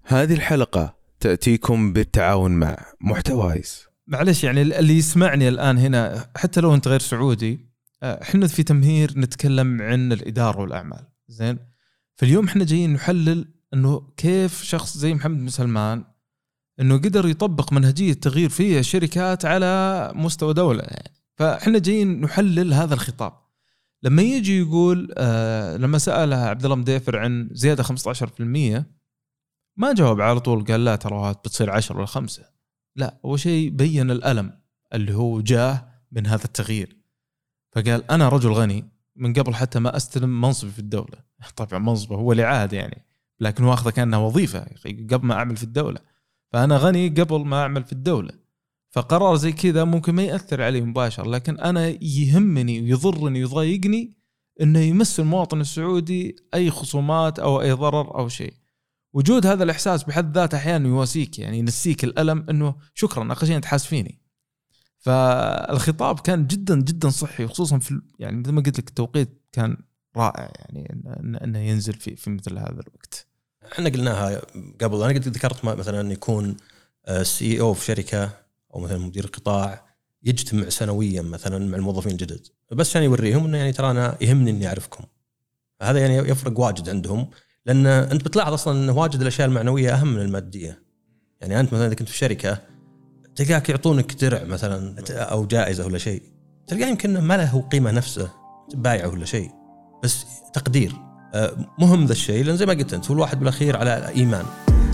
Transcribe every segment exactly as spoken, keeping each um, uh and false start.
هذه الحلقة تأتيكم بالتعاون مع محتوايز. معلش يعني اللي يسمعني الآن هنا حتى لو أنت غير سعودي، احنا في تمهير نتكلم عن الإدارة والأعمال. زين، فاليوم احنا جايين نحلل أنه كيف شخص زي محمد بن سلمان أنه قدر يطبق منهجية تغيير في شركات على مستوى دولة يعني. فاحنا جايين نحلل هذا الخطاب. لما يجي يقول آه لما سأله عبد الله مديفر عن زيادة خمسة عشر بالمئة، ما جاوب على طول قال لا ترى بتصير عشرة ولا خمسة. لا، أول شيء بين الألم اللي هو جاه من هذا التغيير. فقال أنا رجل غني من قبل حتى ما أستلم منصبي في الدولة. طبعا منصبه هو لعاد يعني، لكن هو أخذه كأنها وظيفة قبل ما أعمل في الدولة. فأنا غني قبل ما أعمل في الدولة، فقرار زي كذا ممكن ما يأثر عليه مباشر، لكن أنا يهمني ويضرني ويضايقني إنه يمس المواطن السعودي أي خصومات أو أي ضرر أو شيء. وجود هذا الإحساس بحد ذاته أحيانا يواسيك، يعني ينسيك الألم إنه شكرا أخشين تحاسفيني. فالخطاب كان جدا جدا صحي، خصوصا في يعني مثل ما قلت لك التوقيت كان رائع، يعني إنه ينزل في في مثل هذا الوقت. احنا قلناها قبل، أنا قلت ذكرت مثلا أن يكون سي او في شركة أو مثلا مدير القطاع يجتمع سنويا مثلا مع الموظفين الجدد، بس يعني يوريهم إنه يعني ترى أنا يهمني إني أعرفكم. هذا يعني يفرق واجد عندهم، لأن أنت بتلاحظ أصلا إنه واجد الأشياء المعنوية أهم من المادية. يعني أنت مثلا إذا كنت في شركة تلقاك يعطونك درع مثلا أو جائزة ولا شيء، تلقاه يمكن ما له قيمة نفسه بايعه ولا شيء، بس تقدير مهم ذا الشيء، لأن زي ما قلت أنت هو الواحد بالأخير على إيمان.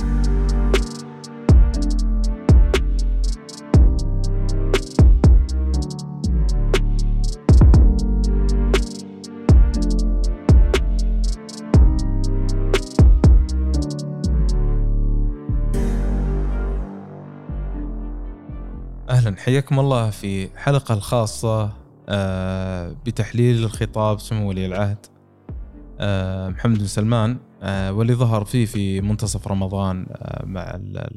أهلا، حياكم الله في حلقة الخاصة بتحليل الخطاب سمو ولي العهد محمد بن سلمان، واللي ظهر فيه في منتصف رمضان مع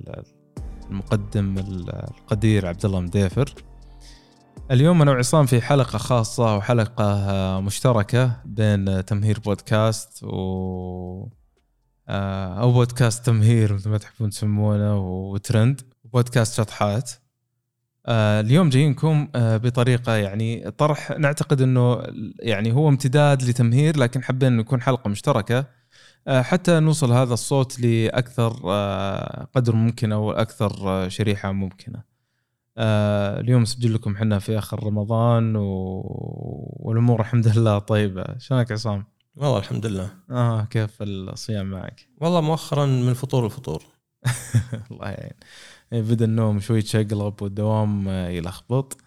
المقدم القدير عبد الله مديفر. اليوم أنا وعصام في حلقة خاصة وحلقة مشتركة بين تمهير بودكاست و أو بودكاست تمهير مثل ما تحبون تسمونه وترند وبودكاست شطحات. آه اليوم جايينكم آه بطريقة يعني طرح نعتقد أنه يعني هو امتداد لتمهير، لكن حابين أن يكون حلقة مشتركة آه حتى نوصل هذا الصوت لأكثر آه قدر ممكن أو أكثر آه شريحة ممكنة. آه اليوم سجل لكم حنا في آخر رمضان و... والأمور الحمد لله طيبة. شلونك عصام؟ والله الحمد لله. آه كيف الصيام معك؟ والله مؤخرا من الفطور الفطور الله يعين. بدأ النوم شوي تشقلب والدوام يلخبط.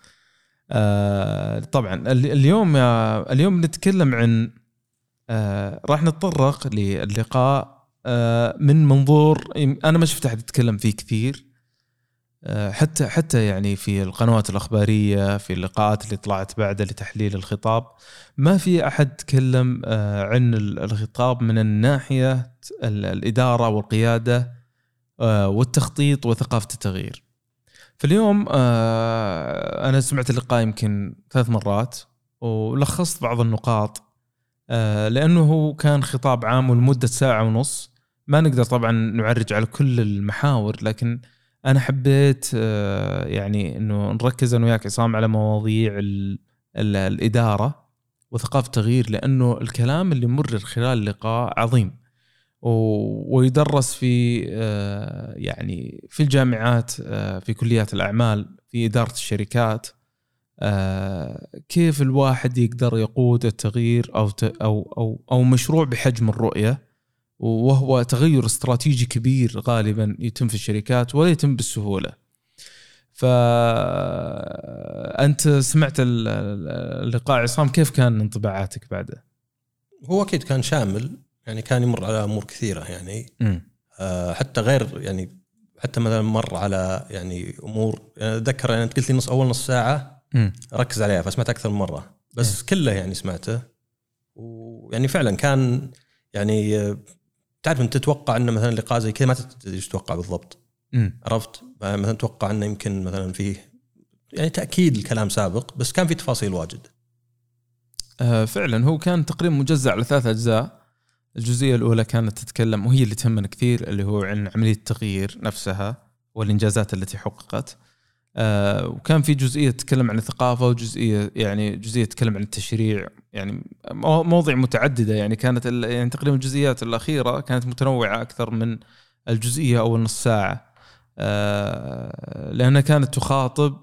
آه طبعا اليوم اليوم نتكلم عن آه راح نتطرق للقاء آه من منظور أنا ما شفت أحد يتكلم فيه كثير، آه حتى حتى يعني في القنوات الأخبارية في اللقاءات اللي طلعت بعد لتحليل الخطاب ما في أحد تكلم آه عن الخطاب من الناحية الإدارة والقيادة والتخطيط وثقافة التغيير. فاليوم أنا سمعت اللقاء يمكن ثلاث مرات ولخصت بعض النقاط، لأنه هو كان خطاب عام ولمدة ساعة ونص. ما نقدر طبعا نعرج على كل المحاور، لكن أنا حبيت يعني أنه نركز أنا وياك عصام على مواضيع الإدارة وثقافة التغيير، لأنه الكلام اللي مرر خلال اللقاء عظيم ويدرس في يعني في الجامعات في كليات الأعمال في إدارة الشركات، كيف الواحد يقدر يقود التغيير أو أو أو أو مشروع بحجم الرؤية، وهو تغير استراتيجي كبير غالبا يتم في الشركات ولا يتم بالسهولة. فأنت سمعت اللقاء عصام، كيف كان انطباعاتك بعده؟ هو أكيد كان شامل، يعني كان يمر على أمور كثيرة يعني آه حتى غير يعني حتى مثلا مر على يعني أمور يعني أتذكر يعني أنت قلت لي نص أول نص ساعة م. ركز عليها فسمعت أكثر من مرة، بس م. كله يعني سمعته، ويعني فعلا كان يعني تعرف أنت تتوقع أنه مثلا لقاء زي كذا ما تتوقع بالضبط م. عرفت مثلا تتوقع أنه يمكن مثلا فيه يعني تأكيد الكلام سابق، بس كان في تفاصيل واجد. آه فعلا هو كان تقريبا مجزع على ثلاث أجزاء. الجزئية الأولى كانت تتكلم وهي اللي تهمنا كثير اللي هو عن عملية التغيير نفسها والإنجازات التي حققت. آه وكان في جزئية تتكلم عن الثقافة وجزئية يعني جزئية تتكلم عن التشريع، يعني مواضيع متعددة. يعني كانت يعني تقريبا الجزئيات الأخيرة كانت متنوعة أكثر من الجزئية أو النص ساعة، آه لأنها كانت تخاطب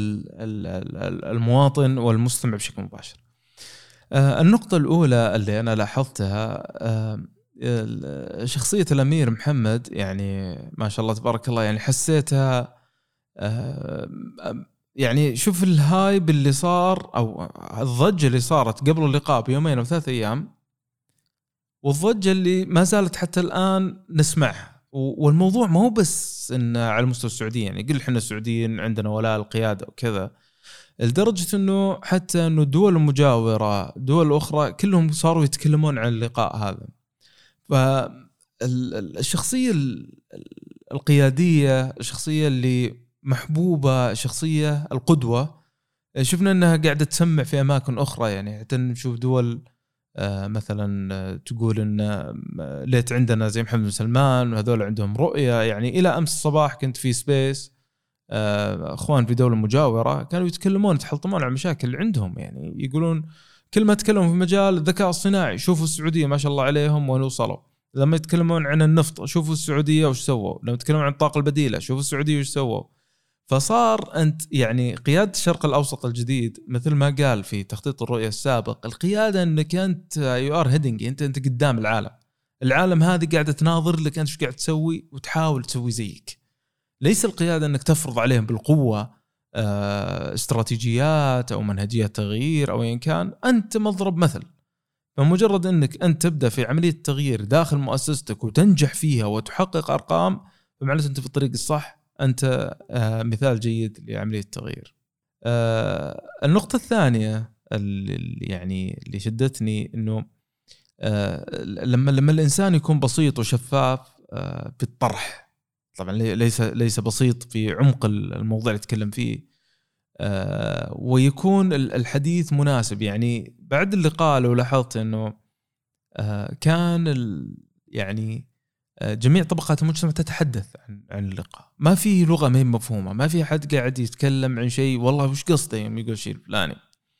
المواطن والمستمع بشكل مباشر. آه النقطة الأولى اللي أنا لاحظتها آه شخصية الأمير محمد، يعني ما شاء الله تبارك الله، يعني حسيتها آه يعني شوف الهايب اللي صار أو الضجة اللي صارت قبل اللقاء بيومين أو ثلاث أيام، والضجة اللي ما زالت حتى الآن نسمعها. والموضوع ما هو بس إن على مستوى السعودية، يعني قل إحنا السعوديين عندنا ولاء القيادة وكذا، لدرجة إنه حتى إنه الدول المجاورة دول أخرى كلهم صاروا يتكلمون عن اللقاء هذا. فالشخصية القيادية، الشخصية اللي محبوبة، الشخصية القدوة، شفنا أنها قاعدة تسمع في أماكن أخرى. يعني حتى نشوف دول مثلا تقول إن ليت عندنا زي محمد بن سلمان وهذول عندهم رؤية. يعني إلى أمس الصباح كنت في سبيس أخوان في دولة مجاورة كانوا يتكلمون يتحلطمون على المشاكل اللي عندهم، يعني يقولون كل ما تكلموا في مجال الذكاء الصناعي شوفوا السعودية ما شاء الله عليهم وين وصلوا، لما يتكلمون عن النفط شوفوا السعودية وش سووا، لما يتكلمون عن الطاقة البديلة شوفوا السعودية وش سووا. فصار أنت يعني قيادة الشرق الأوسط الجديد مثل ما قال في تخطيط الرؤية السابق، القيادة أنك أنت you are heading، أنت أنت قدام العالم، العالم هذه قاعدة تناظر لك أنت شو قاعد تسوي وتحاول تسوي زيك. ليس القيادة أنك تفرض عليهم بالقوة استراتيجيات أو منهجيات تغيير أو أين كان، أنت مضرب مثل. فمجرد أنك أنت تبدأ في عملية تغيير داخل مؤسستك وتنجح فيها وتحقق أرقام، فمعناته أنت في الطريق الصح، أنت مثال جيد لعملية التغيير. النقطة الثانية اللي يعني اللي شدتني إنه لما لما الإنسان يكون بسيط وشفاف في الطرح، طبعا ليس ليس بسيط في عمق الموضوع اللي يتكلم فيه، ويكون الحديث مناسب. يعني بعد اللقاء لو لاحظت إنه كان يعني جميع طبقات المجتمع تتحدث عن عن اللقاء، ما في لغة ما هي مفهومة، ما في حد قاعد يتكلم عن شيء والله وش قصده يوم يقول شيء الفلاني.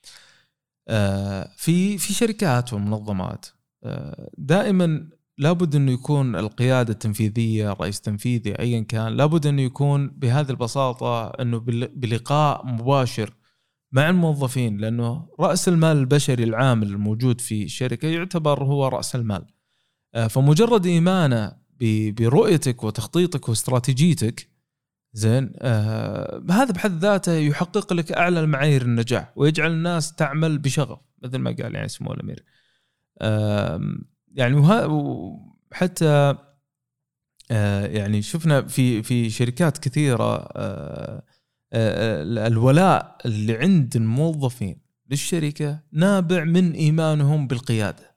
في في شركات ومنظمات دائما لابد أنه يكون القيادة التنفيذية، الرئيس التنفيذي أيا كان، لابد أنه يكون بهذه البساطة أنه بلقاء مباشر مع الموظفين، لأنه رأس المال البشري العامل الموجود في الشركة يعتبر هو رأس المال. فمجرد إيمانه برؤيتك وتخطيطك واستراتيجيتك زين، آه هذا بحد ذاته يحقق لك أعلى المعايير النجاح ويجعل الناس تعمل بشغف مثل ما قال يعني سمو الأمير. آه يعني وحتى آه يعني شفنا في في شركات كثيرة آه آه الولاء اللي عند الموظفين للشركة نابع من إيمانهم بالقيادة.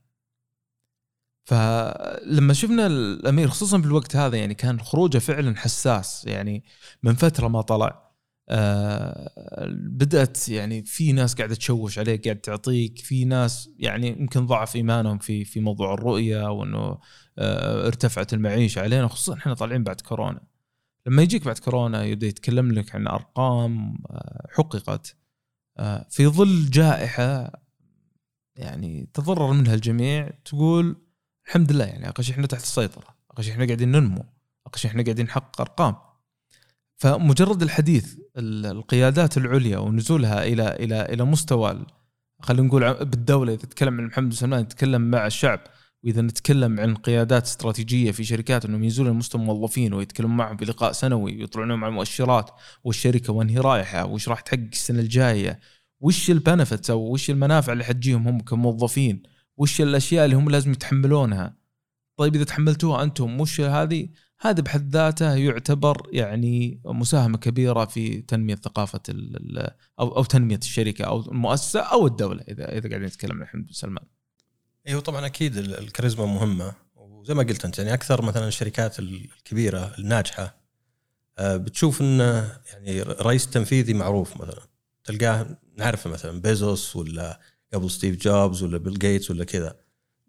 فلما شفنا الأمير خصوصا في الوقت هذا يعني كان خروجه فعلا حساس، يعني من فترة ما طلع آه بدأت يعني في ناس قاعدة تشوش عليه، قاعد تعطيك، في ناس يعني يمكن ضعف إيمانهم في في موضوع الرؤية وإنه آه ارتفعت المعيشة علينا، خصوصا إحنا طالعين بعد كورونا. لما يجيك بعد كورونا يبدأ يتكلم لك عن أرقام آه حققت آه في ظل جائحة يعني تضرر منها الجميع، تقول الحمد لله يعني أقش إحنا تحت السيطرة، أقش إحنا قاعدين ننمو، أقش إحنا قاعدين نحقق أرقام. فمجرد الحديث القيادات العليا ونزولها إلى إلى إلى مستوى خلينا نقول بالدولة، إذا تتكلم عن محمد بن سلمان يتكلم مع الشعب، وإذا نتكلم عن قيادات استراتيجية في شركات إنهم ينزلون لمستوى الموظفين ويتكلمون معهم في لقاء سنوي ويطلعون مع مؤشرات والشركة وين هي رايحة وش راح تحقق السنة الجاية، وش البنفتس أو وش المنافع اللي حتجيهم هم كموظفين، وش الأشياء اللي هم لازم يتحملونها. طيب إذا تحملتوها أنتم وش هذه هذا بحد ذاته يعتبر يعني مساهمة كبيرة في تنمية ثقافة أو أو تنمية الشركة أو المؤسسة أو الدولة، إذا إذا قاعدين نتكلم عن محمد بن سلمان. أيوة طبعا أكيد الكاريزما مهمة، وزي ما قلت أنت يعني أكثر مثلا الشركات الكبيرة الناجحة بتشوف إن يعني رئيس تنفيذي معروف، مثلا تلقاه نعرفه مثلا بيزوس ولا قبل ستيف جوبز ولا بيل غيتس ولا كذا،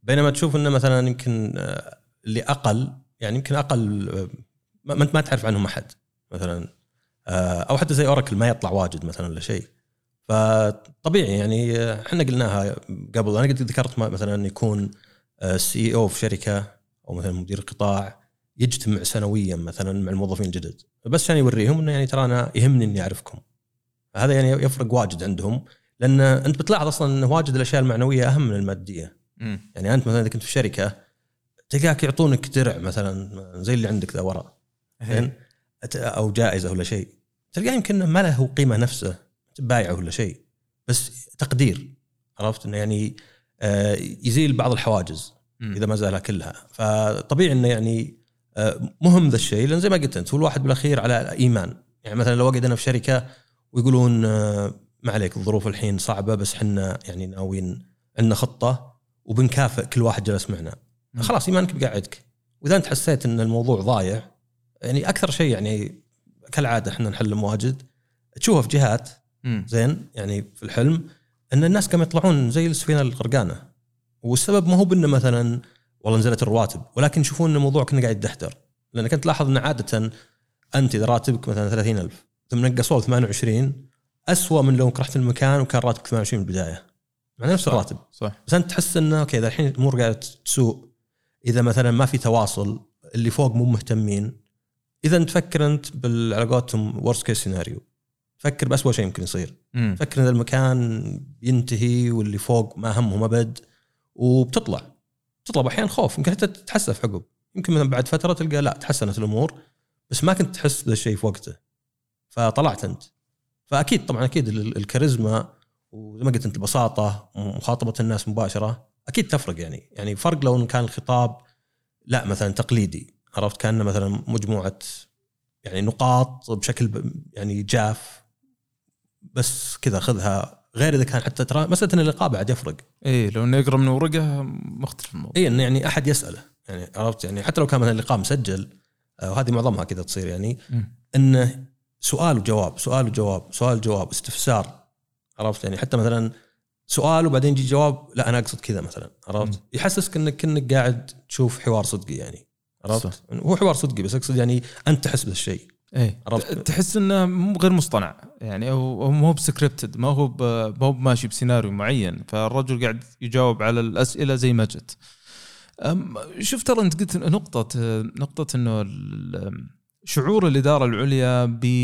بينما تشوف انه مثلا يمكن اللي اقل يعني يمكن اقل ما انت ما تعرف عنهم احد مثلا، او حتى زي اوراكل ما يطلع واجد مثلا ولا شيء. فطبيعي يعني احنا قلناها قبل، انا قد ذكرت مثلا يكون سي او في شركه او مثلا مدير قطاع يجتمع سنويا مثلا مع الموظفين الجدد بس عشان يوريهم انه يعني ترى انا يهمني اني اعرفكم. هذا يعني يفرق واجد عندهم، لان انت بتلاحظ اصلا انه واجد الاشياء المعنويه اهم من الماديه. م. يعني انت مثلا اذا كنت في شركه تلقاك يعطونك درع مثلا زي اللي عندك ذا وراء او جائزه ولا شيء، تلقاه يمكن ما له قيمه نفسه بايعه ولا شيء، بس تقدير، عرفت انه يعني يزيل بعض الحواجز اذا ما زالها كلها. فطبيعي انه يعني مهم ذا الشيء، لان زي ما قلت انت هو الواحد بالاخير على ايمان. يعني مثلا لو وقعد انا في شركه ويقولون ما عليك الظروف الحين صعبه بس حنا يعني ناويين عندنا خطه وبنكافئ كل واحد جلس معنا، خلاص ايمانك بقعدك. واذا انت حسيت ان الموضوع ضايع، يعني اكثر شيء يعني كالعاده احنا نحل مواجد تشوفه في جهات زين يعني في الحلم ان الناس كانوا يطلعون زي السفينه الغرقانه، والسبب ما هو بأنه مثلا والله نزلت الرواتب، ولكن يشوفون ان الموضوع كنا قاعد يدحدر. لان كنت لاحظ ان عاده انت اذا راتبك مثلا ثلاثين ألف ثم نقصوا ثمانية وعشرين أسوأ من لو رحت المكان وكان راتبك ثمانية وعشرين من البدايه مع نفس الراتب. صح. بس انت تحس انه اوكي اذا الحين الامور قاعده تسوء، اذا مثلا ما في تواصل، اللي فوق مو مهتمين، اذا تفكر انت بالعلاقاتهم worst case scenario، فكر بأسوأ شيء يمكن يصير. م. فكر ان المكان ينتهي واللي فوق ما همهم ابد، وبتطلع تطلع احيانا خوف، يمكن حتى تتحسف عقب، يمكن مثلا بعد فتره تلقى لا تحسنت الامور بس ما كنت تحس بهذا الشيء في وقته فطلعت انت. فاكيد طبعا اكيد الكاريزما وزي ما قلت انت البساطه ومخاطبه الناس مباشره اكيد تفرق. يعني يعني فرق لو كان الخطاب لا مثلا تقليدي، عرفت، كان مثلا مجموعه يعني نقاط بشكل يعني جاف بس كذا خذها، غير اذا كان حتى ترى مساله ان اللقاء بعد يفرق. ايه لو نقرا من ورقه مختلف الموضوع. ايه انه يعني احد يساله، يعني عرفت، يعني حتى لو كان مثلا اللقاء مسجل وهذه معظمها كذا تصير، يعني م. انه سؤال وجواب سؤال وجواب سؤال جواب استفسار، عرفت، يعني حتى مثلا سؤال وبعدين يجي جواب لا انا اقصد كذا مثلا، عرفت، م. يحسسك انك كأنك قاعد تشوف حوار صدقي، يعني عرفت صح. هو حوار صدقي بس اقصد يعني انت تحس بالشيء، ايه تحس انه غير مصطنع، يعني او مو بسكريبتد، ما هو ما هو ماشي بسيناريو معين، فالرجل قاعد يجاوب على الاسئله زي ما جت. شفت ترى انت قلت نقطه نقطه انه شعور الاداره العليا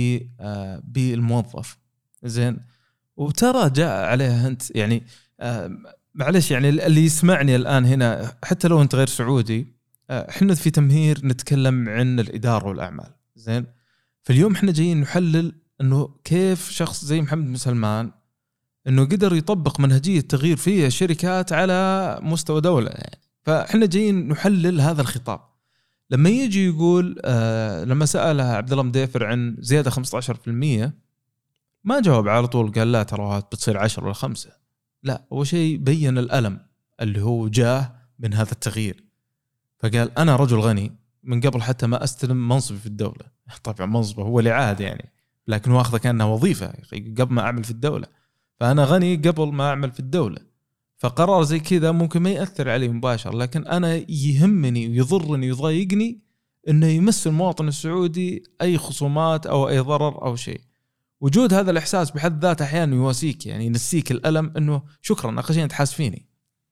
بالموظف زين، وترى جاء عليها انت يعني معلش، يعني اللي يسمعني الان هنا حتى لو انت غير سعودي، احنا في تمهير نتكلم عن الاداره والاعمال زين. فاليوم احنا جايين نحلل انه كيف شخص زي محمد بن سلمان انه قدر يطبق منهجيه تغيير في الشركات على مستوى دوله، يعني فاحنا جايين نحلل هذا الخطاب. لما يجي يقول آه لما سأله عبد الله مديفر عن زياده خمسة عشر بالمئة ما جاوب على طول قال لا ترى بتصير عشرة ولا خمسة، لا، هو شيء بين الألم اللي هو جاه من هذا التغيير. فقال أنا رجل غني من قبل حتى ما أستلم منصبي في الدولة، طبعا منصبه هو لعاد يعني، لكن هو أخذه كأنه وظيفة قبل ما أعمل في الدولة، فأنا غني قبل ما أعمل في الدولة. فقرار زي كذا ممكن ما يأثر عليه مباشر، لكن أنا يهمني ويضرني ويضايقني إنه يمس المواطن السعودي أي خصومات أو أي ضرر أو شيء. وجود هذا الإحساس بحد ذاته أحيانا يواسيك، يعني ينسيك الألم، إنه شكرا أخشين تحاس فيني.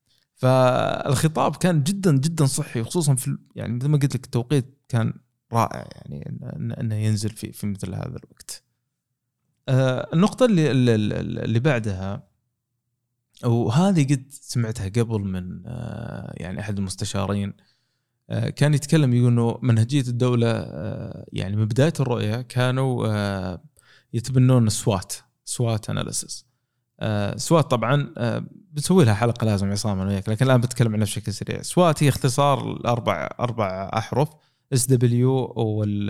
فالخطاب كان جدا جدا صحي، خصوصا في يعني مثل ما قلت لك التوقيت كان رائع، يعني إنه ينزل في في مثل هذا الوقت. آه النقطة اللي اللي بعدها، وهذه قد سمعتها قبل من آه يعني أحد المستشارين، آه كان يتكلم يقول إنه منهجية الدولة آه يعني من بداية الرؤية كانوا آه يتبنون سوات سوات أناليسيس. آه سوات طبعا آه بنسوي لها حلقة لازم عصام وياك، لكن الآن بتكلم عنها بشكل سريع. سوات هي اختصار الأربع أربع أحرف إس دبليو وال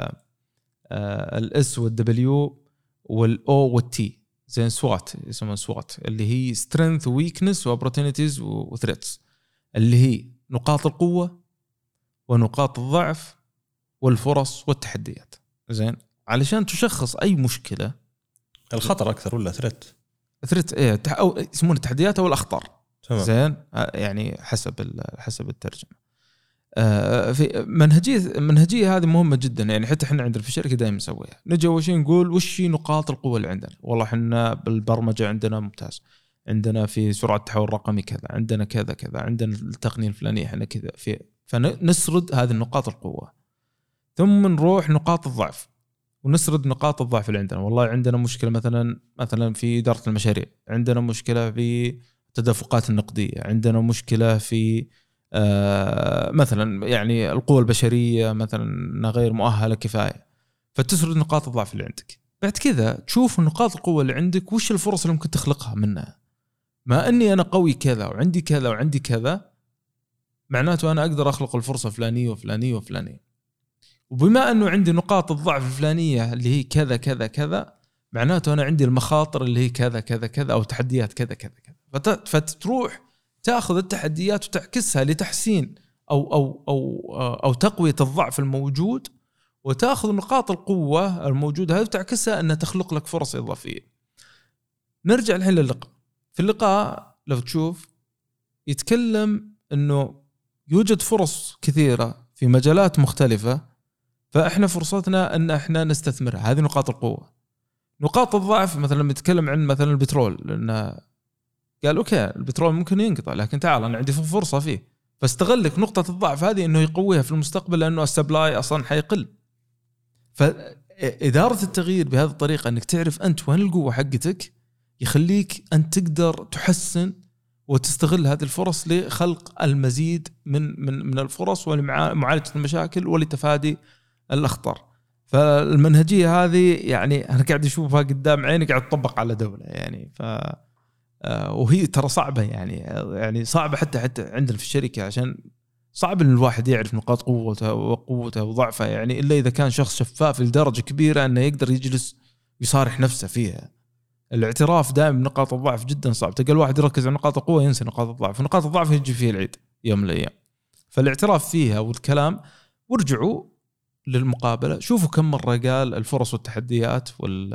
الإس والدبليو والأو والتي، زين سوات يسمون سوات، اللي هي strength weakness وopportunities وthreats، اللي هي نقاط القوة ونقاط الضعف والفرص والتحديات. زين علشان تشخص أي مشكلة، الخطر أكثر ولا ثريت؟ ثريت إيه أو يسمونه التحديات أو الأخطار. زين يعني حسب حسب الترجمه. في منهجيه منهجيه هذه مهمه جدا يعني. حتى احنا عندنا في الشركه دائما نسويها. نجي اول شيء نقول وش نقاط القوه اللي عندنا. والله احنا بالبرمجه عندنا ممتاز، عندنا في سرعه التحول الرقمي كذا، عندنا كذا كذا، عندنا التقنيه الفلانيه احنا كذا. في فنسرد هذه النقاط القوه، ثم نروح نقاط الضعف ونسرد نقاط الضعف اللي عندنا. والله عندنا مشكله مثلا مثلا في اداره المشاريع، عندنا مشكله في التدفقات النقديه، عندنا مشكله في آه مثلا يعني القوة البشرية مثلا غير مؤهلة كفاية. فتسرد نقاط الضعف اللي عندك. بعد كذا تشوف نقاط القوة اللي عندك وش الفرص اللي ممكن تخلقها منها. ما أني أنا قوي كذا وعندي كذا وعندي كذا، معناته أنا أقدر أخلق الفرصة فلانية وفلانية وفلانية. وبما أنه عندي نقاط الضعف الفلانية اللي هي كذا كذا كذا، معناته أنا عندي المخاطر اللي هي كذا كذا كذا أو تحديات كذا كذا كذا. فتروح تأخذ التحديات وتعكسها لتحسين أو أو أو أو تقوية الضعف الموجود، وتأخذ نقاط القوة الموجودة هذه وتعكسها أنها تخلق لك فرص إضافية. نرجع الحين للقاء. في اللقاء لو تشوف يتكلم أنه يوجد فرص كثيرة في مجالات مختلفة، فإحنا فرصتنا أن إحنا نستثمرها. هذه نقاط القوة. نقاط الضعف مثلا نتكلم عن مثلا البترول، لأن قال أوكي البترول ممكن ينقطع، لكن تعال أنا عندي فرصة فيه، فاستغلك نقطة الضعف هذه إنه يقويها في المستقبل، لأنه السبلاي أصلاً حيقل. فإدارة التغيير بهذه الطريقة إنك تعرف أنت وين القوة حقتك، يخليك أن تقدر تحسن وتستغل هذه الفرص لخلق المزيد من من من الفرص ولمعالجة المشاكل ولتفادي الأخطار. فالمنهجية هذه يعني أنا قاعد أشوفها قدام عيني، قاعد تطبق على دولة يعني. ف وهي ترى صعبة يعني يعني صعبة حتى حتى عندنا في الشركة، عشان صعب إن الواحد يعرف نقاط قوته وقوته وضعفه يعني، إلا إذا كان شخص شفاف لدرجة كبيرة أنه يقدر يجلس ويصارح نفسه فيها. الاعتراف دائما بنقاط الضعف جدا صعب. تلقى الواحد يركز على نقاط القوة ينسى نقاط الضعف، ونقاط الضعف يجي فيه العيد يوم من الأيام. فالاعتراف فيها والكلام، وارجعوا للمقابلة شوفوا كم مرة قال الفرص والتحديات وال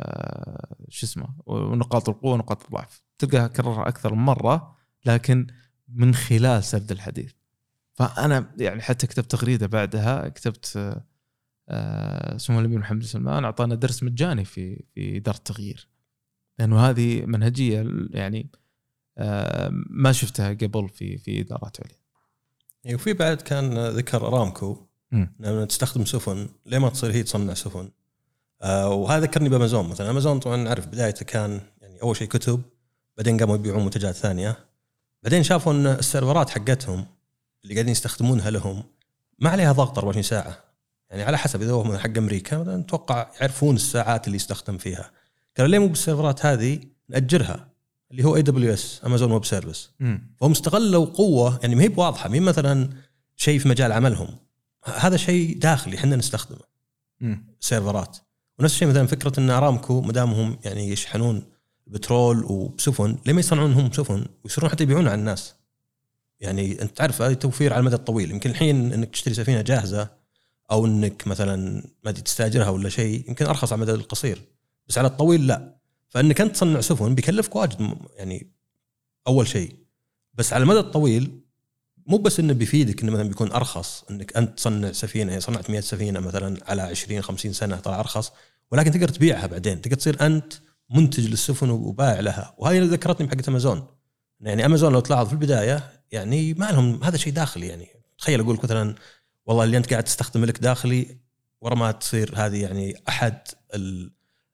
شو اسمه ونقاط القوة ونقاط الضعف، تلقاها كررها أكثر من مرة لكن من خلال سرد الحديث. فأنا يعني حتى كتبت تغريدة بعدها، كتبت آه سمو الأمير محمد سلمان أعطانا درس مجاني في في إدارة التغيير، لأنه هذه منهجية يعني آه ما شفتها قبل في في إدارات عليا. وفي بعد كان ذكر أرامكو لما تستخدم سفن ليه ما تصير هي تصنع سفن. آه وهذا ذكرني بأمازون مثلا. أمازون طبعا نعرف بدايته كان يعني أول شيء كتب، بعدين قاموا يبيعون منتجات ثانية، بعدين شافوا أن السيرفرات حقتهم اللي قاعدين يستخدمونها لهم ما عليها ضغط أربعة وعشرين ساعة، يعني على حسب إذا هو حق أمريكا مثلا نتوقع يعرفون الساعات اللي يستخدم فيها. قالوا ليه مو بالسيرفرات هذه نأجرها اللي هو إيه دبليو إس أمازون ويب سيرفيس. فهم استغلوا قوة يعني ما هي بواضحة، مين مثلا شيء في مجال عملهم، هذا شيء داخلي احنا نستخدمه سيرفرات. ونفس الشيء مثلا فكرة ان ارامكو مدامهم يعني يشحنون بترول وبسفن، ليه ما يصنعون هم سفن ويصيرون حتى يبيعونها على الناس؟ يعني انت تعرف هذا توفير على المدى الطويل. يمكن الحين انك تشتري سفينة جاهزة او انك مثلا ما تستاجرها ولا شيء يمكن ارخص على المدى القصير، بس على الطويل لا. فانك انت تصنع سفن بيكلفك واجد يعني اول شيء، بس على المدى الطويل مو بس انه بيفيدك انه مثلا بيكون ارخص انك انت تصنع سفينه، يعني صنعت مئة سفينه مثلا على عشرين خمسين سنه طلع ارخص، ولكن تقدر تبيعها بعدين، تقدر تصير انت منتج للسفن وبائع لها. وهاي اللي ذكرتني بحقه امازون. يعني امازون لو تلاحظ في البدايه يعني ما لهم هذا شيء داخلي. يعني تخيل اقول مثلا والله اللي انت قاعد تستخدم لك داخلي ورا ما تصير هذه يعني احد ال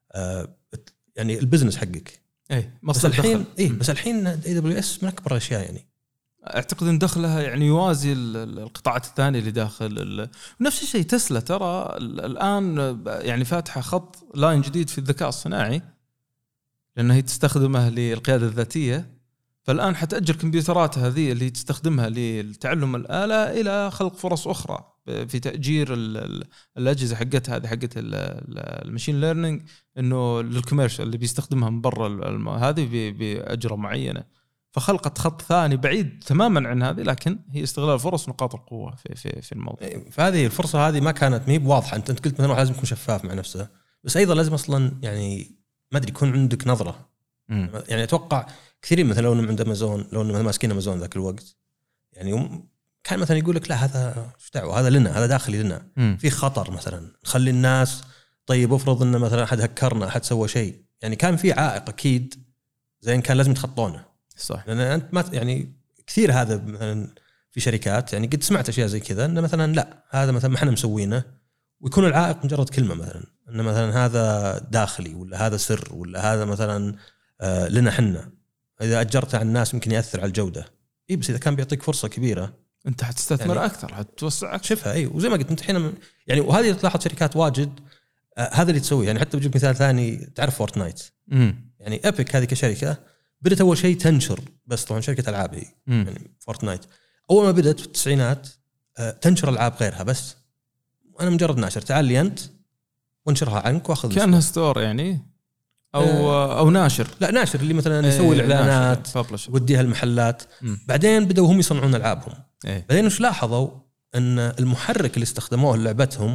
يعني البزنس حقك. اي بس الحين اي بس الحين اي دبليو اس من اكبر الاشياء يعني. اعتقد ان دخلها يعني يوازي القطاعات الثانيه اللي داخل. نفس الشيء تسلا ترى الان يعني فاتحه خط لاين جديد في الذكاء الصناعي، لانها هي تستخدمه للقياده الذاتيه. فالان حتأجر كمبيوترات هذه اللي تستخدمها للتعلم الآلة الى خلق فرص اخرى في تأجير الاجهزه حقتها هذه حقت الماشين ليرنينج، انه للكوميرشال اللي بيستخدمها من برا هذه باجره معينه. فخلقت خط ثاني بعيد تماما عن هذه، لكن هي استغلال فرص نقاط القوة في في في الموضوع. فهذه الفرصة هذه ما كانت مهي بواضحة. انت انت قلت مثلا لازم يكون شفاف مع نفسه، بس ايضا لازم اصلا يعني ما ادري يكون عندك نظرة. مم. يعني اتوقع كثيرين مثلا لو عند امازون، لو مثلا ماسكين امازون ذاك الوقت يعني كان مثلا يقول لك لا هذا ايش دعوه، هذا لنا، هذا داخلي لنا، م. في خطر مثلا نخلي الناس. طيب افرض ان مثلا احد هكرنا، احد سوى شيء، يعني كان في عائق اكيد زين كان لازم يتخطونه. صح. لان انت ما يعني كثير هذا مثلا في شركات يعني قد سمعت اشياء زي كذا، ان مثلا لا هذا مثلا ما احنا مسوينه، ويكون العائق مجرد كلمه مثلا ان مثلا هذا داخلي ولا هذا سر ولا هذا مثلا آه لنا حنا، اذا اجرته على الناس ممكن ياثر على الجوده. اي بس اذا كان بيعطيك فرصه كبيره انت حتستثمر يعني اكثر، حتوسع اكثر. شوفها. اي وزي ما قلت انت الحين يعني، وهذه تلاحظ شركات واجد آه هذا اللي تسويه. يعني حتى بجيب مثال ثاني، تعرف فورتنايت؟ امم يعني ابيك هذه كشركه بدت اول شيء تنشر، بس طبعا شركه العاب هي يعني فورتنايت اول ما بدت في التسعينات آه تنشر العاب غيرها، بس انا مجرد ناشر، تعال لي انت وانشرها عنك واخذ كانها ستور يعني او آه او ناشر. لا ناشر اللي مثلا يسوي ايه الاعلانات وديها المحلات. مم. بعدين بدأوا هم يصنعون العابهم. ايه. بعدين وش لاحظوا؟ ان المحرك اللي استخدموه لعبتهم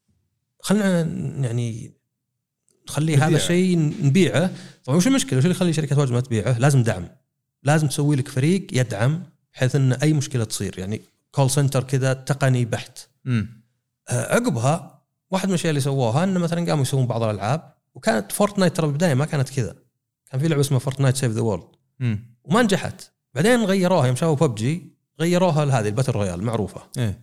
خلنا يعني نخلي هذا الشيء نبيعه. طبعا وش المشكله؟ وش اللي يخلي شركات واجد ما تبيعه؟ لازم دعم، لازم تسوي لك فريق يدعم بحيث ان اي مشكله تصير يعني كول سنتر كذا تقني بحت. امم آه عقبها واحد من الاشياء اللي سووها ان مثلا قاموا يسوون بعض الالعاب، وكانت فورتنايت ترى بالبدايه ما كانت كذا، كان في لعبه اسمها فورتنايت سيف ذا وورلد وما نجحت. بعدين غيروها يوم شافوا ببجي، غيروها لهذه الباتل رويال معروفه ايه.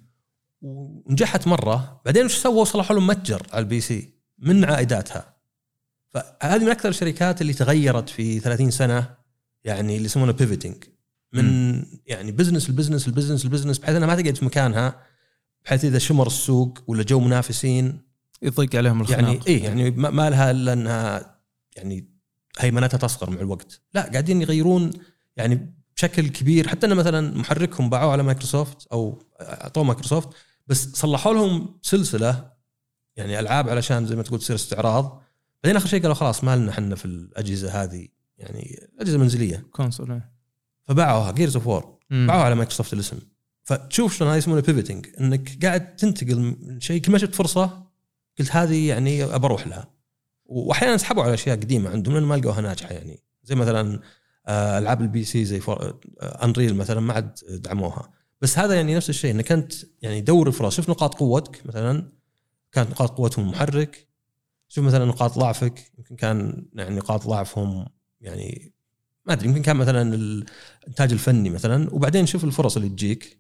ونجحت مره. بعدين وش سووا؟ صلحوا لهم متجر على البي سي من عائداتها. فهذه من اكثر الشركات اللي تغيرت في ثلاثين سنه، يعني اللي يسمونه بيفيتنج من م. يعني بزنس البزنس البزنس البزنس بحيث انها ما تقعد في مكانها، بحيث اذا شمر السوق ولا جو منافسين يضيق عليهم الخناق. يعني ايه يعني ما لها الا انها يعني هيمنتها تصغر مع الوقت. لا قاعدين يغيرون يعني بشكل كبير، حتى ان مثلا محركهم باعوه على مايكروسوفت او اعطوه مايكروسوفت، بس صلحوا لهم سلسله يعني العاب علشان زي ما تقول تصير استعراض. بعدين اخر شيء قالوا خلاص ما لنا احنا في الاجهزه هذه، يعني اجهزه منزليه كونسول، فباعوها جيرز اوف وور، باعوها على مايكروسوفت الاسم. فتشوف شلون هذا يسمونه بيفيتنج، انك قاعد تنتقل من شيء كل ما شفت فرصه قلت هذه يعني ابروح لها. واحيانا سحبوا على اشياء قديمه عندهم لان ما لقوها ناجحه، يعني زي مثلا العاب البي سي زي انريل مثلا ما عاد دعموها. بس هذا يعني نفس الشيء، انك انت يعني دور الفرص، شوف نقاط قوتك مثلا كانت نقاط قوتهم المحرك، شوف مثلا نقاط ضعفك يمكن كان يعني نقاط ضعفهم يعني ما ادري يمكن كان مثلا الانتاج الفني مثلا، وبعدين شوف الفرص اللي تجيك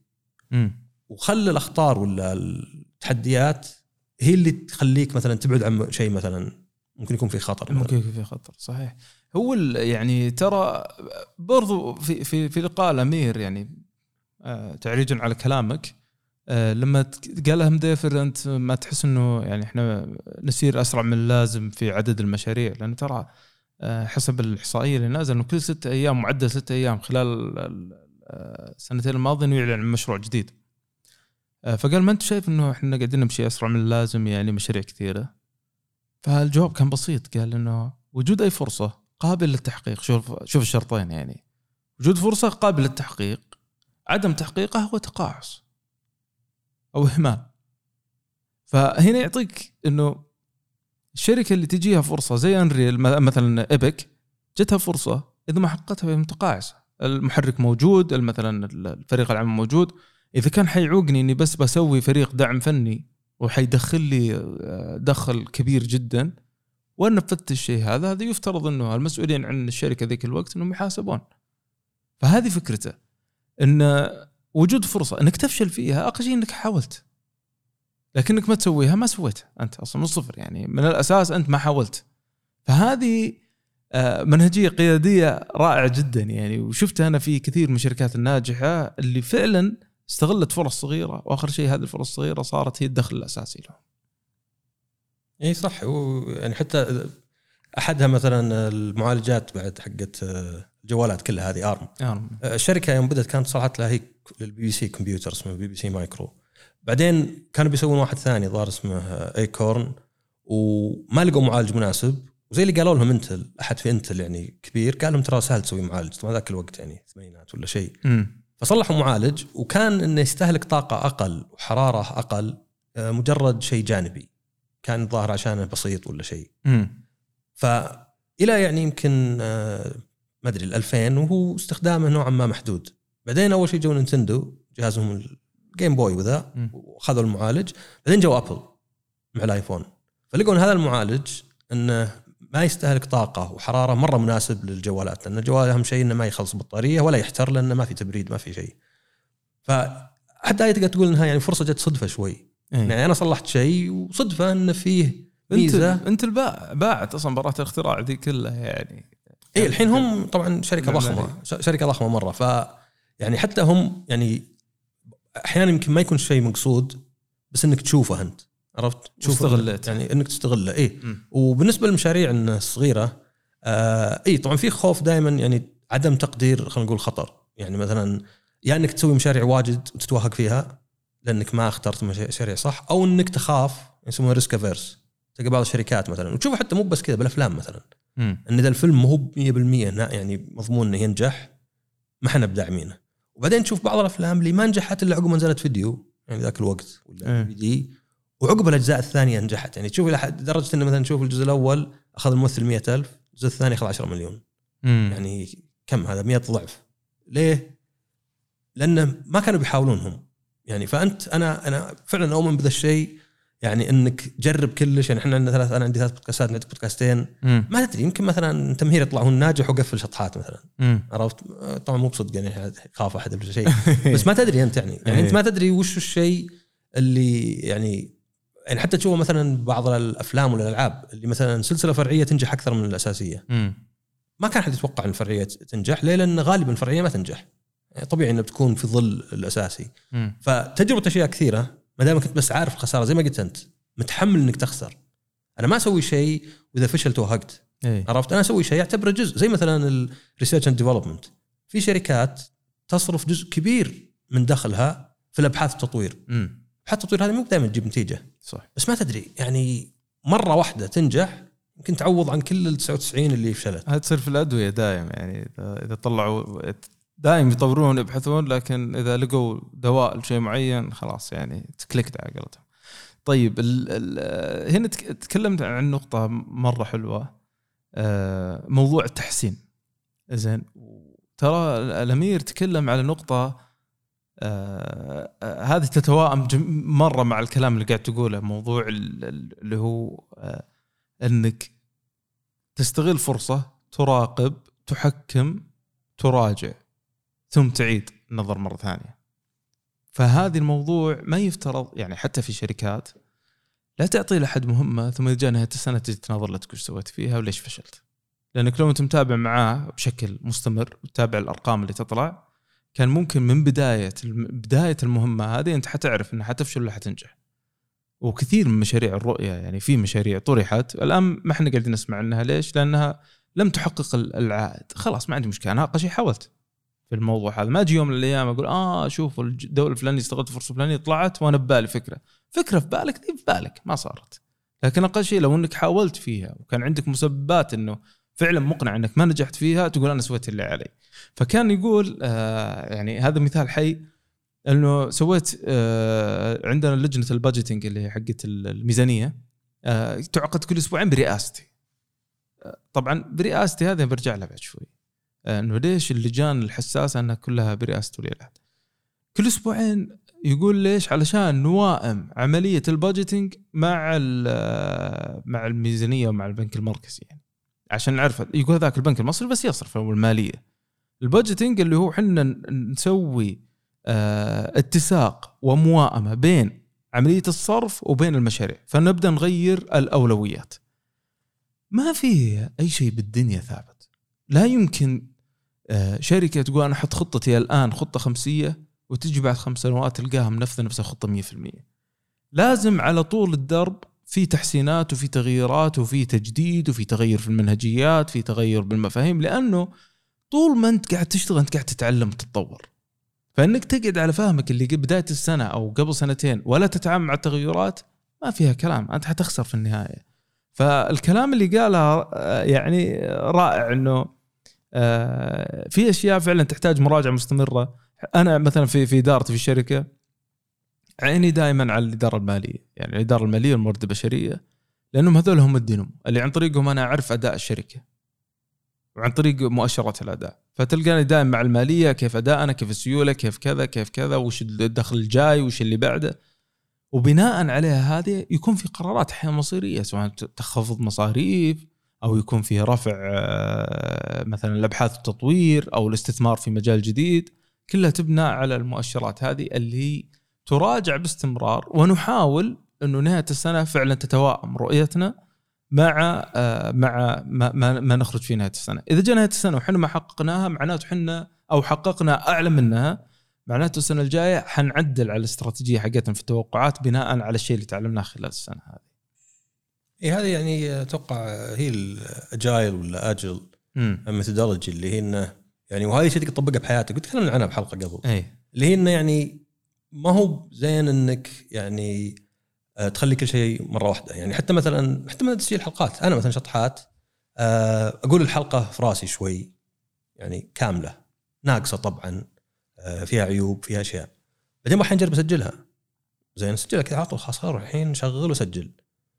وخلي الاخطار ولا التحديات هي اللي تخليك مثلا تبعد عن شيء مثلا ممكن يكون في خطر. ممكن يكون في خطر صحيح. هو يعني ترى برضو في في في لقاء الامير يعني آه تعريجا على كلامك آه لما قالها مديفر انت ما تحس انه يعني احنا نسير اسرع من اللازم في عدد المشاريع، لان ترى آه حسب الاحصائيه اللي نازل انه كل ستة ايام معدل ستة ايام خلال السنتين الماضيه انه يعلن عن مشروع جديد. آه فقال ما انت شايف انه احنا قاعدين نمشي اسرع من اللازم يعني مشاريع كثيره؟ فالجواب كان بسيط، قال انه وجود اي فرصه قابل للتحقيق، شوف شوف الشرطين يعني وجود فرصه قابل للتحقيق، عدم تحقيقه هو تقاعس او اهمال. فهنا يعطيك انه الشركه اللي تجيها فرصه زي انريل مثلا ايبك جتها فرصه اذا ما حققتها فهي متقاعسه. المحرك موجود، مثلا الفريق العام موجود، اذا كان حيعوقني اني بس بسوي فريق دعم فني وحيدخل لي دخل كبير جدا وانا نفذت الشيء هذا، هذا يفترض انه المسؤولين عن الشركه ذيك الوقت انهم يحاسبون. فهذه فكرته، ان وجود فرصه انك تفشل فيها اقل شيء انك حاولت، لكنك ما تسويها ما سويتها انت اصلا من الصفر، يعني من الاساس انت ما حاولت. فهذه منهجيه قياديه رائعه جدا يعني، وشفتها انا في كثير من الشركات الناجحه اللي فعلا استغلت فرص صغيره، واخر شيء هذه الفرص الصغيره صارت هي الدخل الاساسي لهم. اي صح. يعني حتى احدها مثلا المعالجات بعد حقت الجوالات كلها هذه ارم. ارم الشركه يوم بدت كانت صلحت لها هي للبي بي سي كمبيوتر اسمه بي بي سي مايكرو. بعدين كانوا بيسوون واحد ثاني ظهر اسمه ايكورن وما لقوا معالج مناسب، وزي اللي قالوا لهم انتل، احد في انتل يعني كبير قال لهم ترى سهل تسوي معالج، طبعا ذاك الوقت يعني الثمانينات ولا شيء. فصلحوا معالج وكان انه يستهلك طاقه اقل وحراره اقل، مجرد شيء جانبي كان ظاهر عشانه بسيط ولا شيء. فإلى يعني يمكن ما ادري الألفين وهو استخدامه نوعا ما محدود. بعدين اول شيء جو نينتندو جهازهم الجيم بوي وذا وخذوا المعالج. بعدين جو ابل مع الايفون فلقوا ان هذا المعالج انه ما يستهلك طاقه وحراره مره مناسب للجوالات، لان الجوال اهم شيء انه ما يخلص بطاريه ولا يحتر لانه ما في تبريد ما في شيء. فحتى تقدر تقول انها يعني فرصه جت صدفه شوي. أيه. يعني انا صلحت شيء وصدفه ان فيه ميزه. انت انت الباع باعت اصلا براءه الاختراع ذي كلها يعني. اي الحين هم طبعا شركه ضخمه شركه ضخمه مره، ف يعني حتى هم يعني احيانا يمكن ما يكون شيء مقصود بس انك تشوفه انت عرفت تشوفه يعني انك تستغله. ايه م. وبالنسبه للمشاريع الصغيره آه اي طبعا في خوف دائما يعني عدم تقدير خلينا نقول خطر. يعني مثلا يا يعني انك تسوي مشاريع واجد وتتوهق فيها لانك ما اخترت مشاريع صح، او انك تخاف يسمونه ريسك افيرس. تلقى بعض الشركات مثلا وتشوفه حتى مو بس كذا بالافلام مثلا م. ان اذا الفيلم مو مية بالمية يعني مضمون انه ينجح ما احنا بداعمينه. وبعدين تشوف بعض الافلام اللي ما نجحت الا عقب ما نزلت فيديو يعني ذاك الوقت ولا دي دي وعقب الاجزاء الثانيه نجحت. يعني تشوف الى درجه انه مثلا نشوف الجزء الاول اخذ الممثل مية ألف، الجزء الثاني اخذ عشرة مليون. مم. يعني كم هذا مية ضعف. ليه؟ لانه ما كانوا بيحاولونهم يعني. فانت انا انا فعلا اؤمن بهذا الشيء يعني انك جرب كلش. يعني احنا عندنا ثلاث انا عندي ثلاث بودكاستات عندك بودكاستين مم. ما تدري يمكن مثلا تمهير يطلعون ناجح وقفل شطحات مثلا مم. عرفت طبعا مو بصدق يعني خاف احد ولا شيء بس ما تدري انت يعني يعني انت ما تدري وش الشيء اللي يعني يعني حتى تشوفه مثلا بعض الافلام ولا الالعاب اللي مثلا سلسله فرعيه تنجح اكثر من الاساسيه. مم. ما كان حد يتوقع ان الفرعيه تنجح. ليه؟ لان غالبا الفرعيه ما تنجح يعني طبيعي انها بتكون في ظل الاساسي. مم. فتجربه اشياء كثيره ما دام كنت بس عارف الخساره زي ما قلت انت متحمل انك تخسر. انا ما اسوي شيء واذا فشل توهقت. ايه. عرفت انا اسوي شيء اعتبره جزء زي مثلا الريسيرش اند ديفلوبمنت. في شركات تصرف جزء كبير من دخلها في الابحاث والتطوير. امم ابحاث التطوير هذا مو دائما تجيب نتيجه صح بس ما تدري يعني مره واحده تنجح يمكن تعوض عن كل ال تسعة وتسعين اللي فشلت. هذا تصير في الادويه دائما يعني اذا طلعوا دائما يطورون يبحثون لكن اذا لقوا دواء لشيء معين خلاص يعني تكلكت على قولتهم. طيب ال ال هنا تكلمت عن نقطة مرة حلوة موضوع التحسين. زين ترى الأمير تكلم على نقطة هذه تتوائم مرة مع الكلام اللي قاعد تقوله. موضوع اللي هو أنك تستغل فرصة تراقب تحكم تراجع ثم تعيد النظر مرة ثانية. فهذه الموضوع ما يفترض يعني حتى في شركات لا تعطي لأحد مهمة ثم إذا جاء نهاية السنة تجي تناظر لك وش سويت فيها وليش فشلت. لأنك لو أنت متابع معاه بشكل مستمر وتابع الأرقام اللي تطلع كان ممكن من بداية بداية المهمة هذه أنت حتعرف أنها حتفشل ولا حتنجح. وكثير من مشاريع الرؤية يعني في مشاريع طرحت الآن ما إحنا قاعدين نسمع عنها. ليش؟ لأنها لم تحقق العائد. خلاص ما عندي مشكلة أنا أقل شيء حاولت في الموضوع هذا. ما أجي يوم من الأيام أقول آه شوف الدولة الفلانية استغلت فرصة فلانية طلعت وأنا ببالي فكرة فكرة في بالك دي في بالك ما صارت. لكن أقل شيء لو أنك حاولت فيها وكان عندك مسببات أنه فعلا مقنع أنك ما نجحت فيها تقول أنا سويت اللي علي. فكان يقول آه يعني هذا مثال حي أنه سويت آه عندنا لجنة البادجيتنج اللي هي حقت الميزانية آه تعقد كل أسبوعين برئاستي. آه طبعا برئاستي هذا برجع لها بعد شوي آه أنه ليش اللجان الحساسة أنها كلها برئاسة ولي العهد كل أسبوعين. يقول ليش؟ علشان نوائم عملية البادجيتنج مع مع الميزانية ومع البنك المركزي يعني عشان نعرف. يقول ذاك البنك المصري بس يصرف المالية. البادجيتنج اللي هو حنا نسوي اه اتساق وموائمة بين عملية الصرف وبين المشاريع فنبدأ نغير الأولويات. ما فيه أي شيء بالدنيا ثابت. لا يمكن اه شركة تقول أنا حط خطتي الآن خطة خمسية وتجي بعد خمس سنوات تلقاها منفذة نفس الخطة مية في المية. لازم على طول الدرب في تحسينات وفي تغييرات وفي تجديد وفي تغير في المنهجيات في تغير بالمفاهيم. لأنه طول ما أنت قاعد تشتغل أنت قاعد تتعلم تتطور. فإنك تقعد على فهمك اللي بداية السنة أو قبل سنتين ولا تتعامل مع التغيرات ما فيها كلام أنت حتخسر في النهاية. فالكلام اللي قاله يعني رائع أنه في أشياء فعلا تحتاج مراجعة مستمرة. أنا مثلا في في إدارتي في الشركة عيني دائما على الإدارة المالية يعني الإدارة المالية والموارد البشرية لأنهم هذول هم الدينهم اللي عن طريقهم أنا أعرف أداء الشركة وعن طريق مؤشرات الأداء. فتلقاني دائما مع المالية كيف أداءنا، كيف السيولة، كيف كذا كيف كذا، وش الدخل الجاي وش اللي بعده، وبناء عليها هذه يكون في قرارات أحيانا مصيرية، سواء تخفض مصاريف أو يكون فيه رفع مثلا الأبحاث والتطوير أو الاستثمار في مجال جديد. كلها تبنى على المؤشرات هذه اللي تراجع باستمرار، ونحاول أنه نهاية السنة فعلا تتوائم رؤيتنا مع مع ما, ما, ما نخرج في نهاية السنة. إذا جاء نهاية السنة وحنا ما حققناها معناته حنا أو حققنا أعلى منها، معناته السنة الجاية حنعدل على الاستراتيجية حقتنا في التوقعات بناء على الشيء اللي تعلمناه خلال السنة هذه. إيه هذه يعني أتوقع هي الأجايل ولا أجل الميثودولوجي اللي هي إنه يعني، وهذه شيء تطبقها بحياتك، قلت تكلمنا عنها بحلقة قبل. أي. اللي هي إنه يعني ما هو زين إنك يعني تخلي كل شيء مرة واحدة. يعني حتى مثلا حتى من تسجيل حلقات، أنا مثلا شطحات أقول الحلقة في راسي شوي يعني كاملة ناقصة طبعا، فيها عيوب فيها أشياء، بعدين راح نجرب أسجلها زين، أسجلها كذا عطوا خلاص خير الحين شغل وسجل.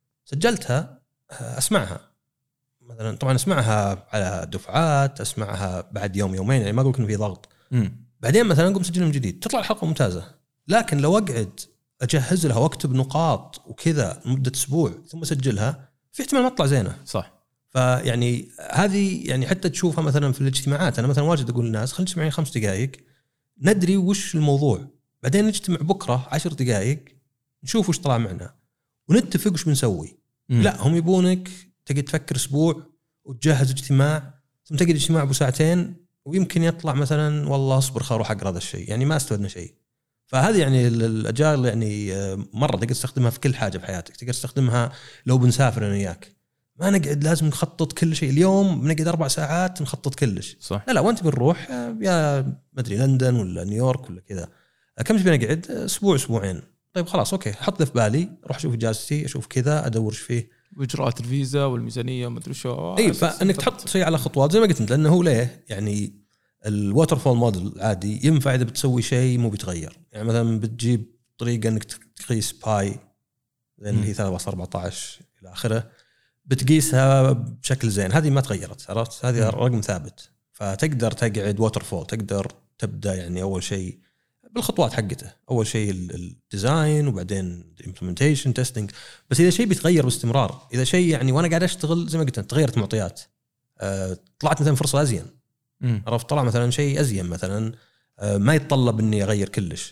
سجلتها أسمعها مثلا، طبعا أسمعها على دفعات، أسمعها بعد يوم يومين، يعني ما أقول إنه في ضغط. مم. بعدين مثلا أقوم سجل من جديد، تطلع الحلقة ممتازة، لكن لو أقعد أجهز لها واكتب نقاط وكذا مدة أسبوع ثم أسجلها، في احتمال ما تطلع زينة. صح. فيعني هذه يعني حتى تشوفها مثلا في الاجتماعات، أنا مثلا واجد أقول للناس خلينا نجتمع خمس دقائق ندري وش الموضوع، بعدين نجتمع بكرة عشر دقائق نشوف وش طلع معنا ونتفق وش بنسوي. م. لا هم يبونك تقعد تفكر أسبوع وتجهز اجتماع، ثم تقعد اجتماع أبو ساعتين ويمكن يطلع مثلا والله أصبر خير وحق هذا الشيء، يعني ما استفدنا شيء. فهذه يعني الأجايل يعني مرة تقدر تستخدمها في كل حاجة في حياتك. تقدر تستخدمها لو بنسافر أنا وياك، ما نقعد لازم نخطط كل شيء اليوم، بنقعد أربع ساعات نخطط كلش. صح. لا لا وانت بنروح يا مدري لندن ولا نيويورك ولا كذا، كم تبي نقعد؟ أسبوع أسبوعين. طيب خلاص أوكي، حط في بالي روح أشوف إجازتي، أشوف كذا، أدورش فيه وإجراءات الفيزا والميزانية ومدري شو. إيه، فإنك تحط شيء على خطوات زي ما قلت أنت، لأنه هو ليه يعني الواتر فول موديل عادي ينفع إذا بتسوي شيء مو بيتغير. يعني مثلا بتجيب طريقة إنك تقيس باي لأن هي ثلاثة فاصلة أربعة عشر إلى آخره، بتقيسها بشكل زين، هذه ما تغيرت، عرفت؟ هذه رقم ثابت. فتقدر تقعد واتر فول، تقدر تبدأ يعني أول شيء بالخطوات حقته، أول شيء الديزاين وبعدين الامبلمنتيشن تيستينج. بس إذا شيء بيتغير باستمرار، إذا شيء يعني وأنا قاعد أشتغل زي ما قلت تغيرت معطيات، أه طلعت مثلا فرصة أزين، عرفت؟ طلع مثلا شيء أزين مثلا أه ما يتطلب إني أغير كلش.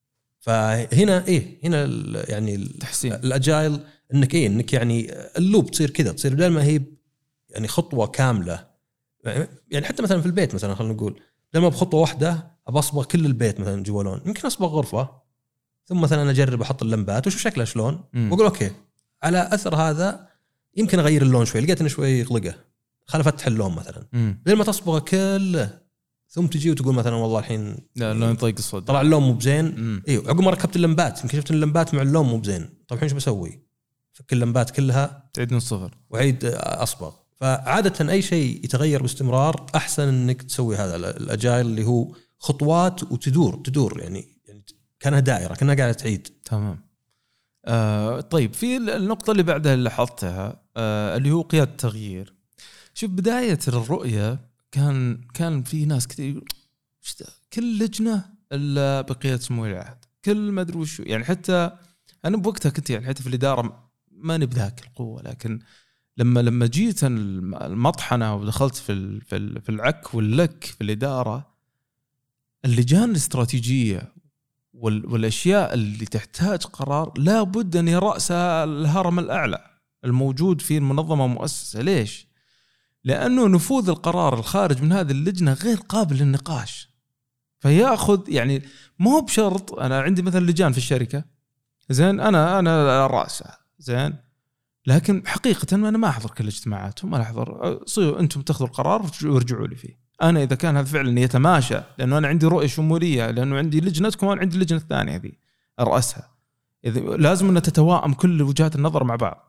فهنا إيه هنا يعني التحسين الأجايل إنك إيه إنك يعني اللوب تصير كذا، تصير بدل ما هي يعني خطوة كاملة. يعني حتى مثلا في البيت مثلا خلينا نقول بدل ما بخطوة واحدة أصبغ كل البيت مثلا جوا لون، يمكن أصبغ غرفة ثم مثلا أجرب أحط اللمبات وشوف شكلها شلون، وأقول أوكي على أثر هذا يمكن أغير اللون شوي، لقيت إنه شوي يقلقه خل أفتح اللون مثلا، بدل ما تصبغ كله ثم تجي وتقول مثلا والله الحين لا اللون يطيق الصدر، طلع اللون مو بزين. إيه عقب ما ركبت اللمبات يمكن شفت اللمبات مع اللون مو بزين، طيب الحين شو بسوي؟ فك اللمبات كلها تعيد من الصفر وعيد أصبغ. فعادة أي شيء يتغير باستمرار أحسن إنك تسوي هذا الأجايل اللي هو خطوات وتدور تدور يعني يعني كأنها دائرة، كأنها قاعدة تعيد. تمام. آه طيب في النقطة اللي بعدها اللي لاحظتها آه اللي هو قيادة التغيير. شوف بداية الرؤية كان كان في ناس كثير كل لجنة إلا بقيادة سمو العهد، كل ما أدري وشو يعني. حتى أنا بوقتها كنت يعني حتى في الإدارة ما نبذاك القوة، لكن لما لما جيت المطحنة ودخلت في في العك واللك في الإدارة، اللجان الاستراتيجية والأشياء اللي تحتاج قرار لا بد أن يرأسها الهرم الأعلى الموجود في المنظمة المؤسسة. ليش؟ لأنه نفوذ القرار الخارج من هذه اللجنة غير قابل للنقاش، فيأخذ يعني مو بشرط. أنا عندي مثلا لجان في الشركة زين، أنا أنا رأسها زين، لكن حقيقة أنا ما أحضر كل الاجتماعاتهم، ما أحضر. صيروا أنتم تأخذوا القرار وارجعوا لي فيه. أنا إذا كان هذا فعلا يتماشى، لأنه أنا عندي رؤية شمولية، لأنه عندي لجنتكم وأنا عندي اللجنة الثانية هذه أرأسها، إذا لازم أن تتواءم كل وجهات النظر مع بعض.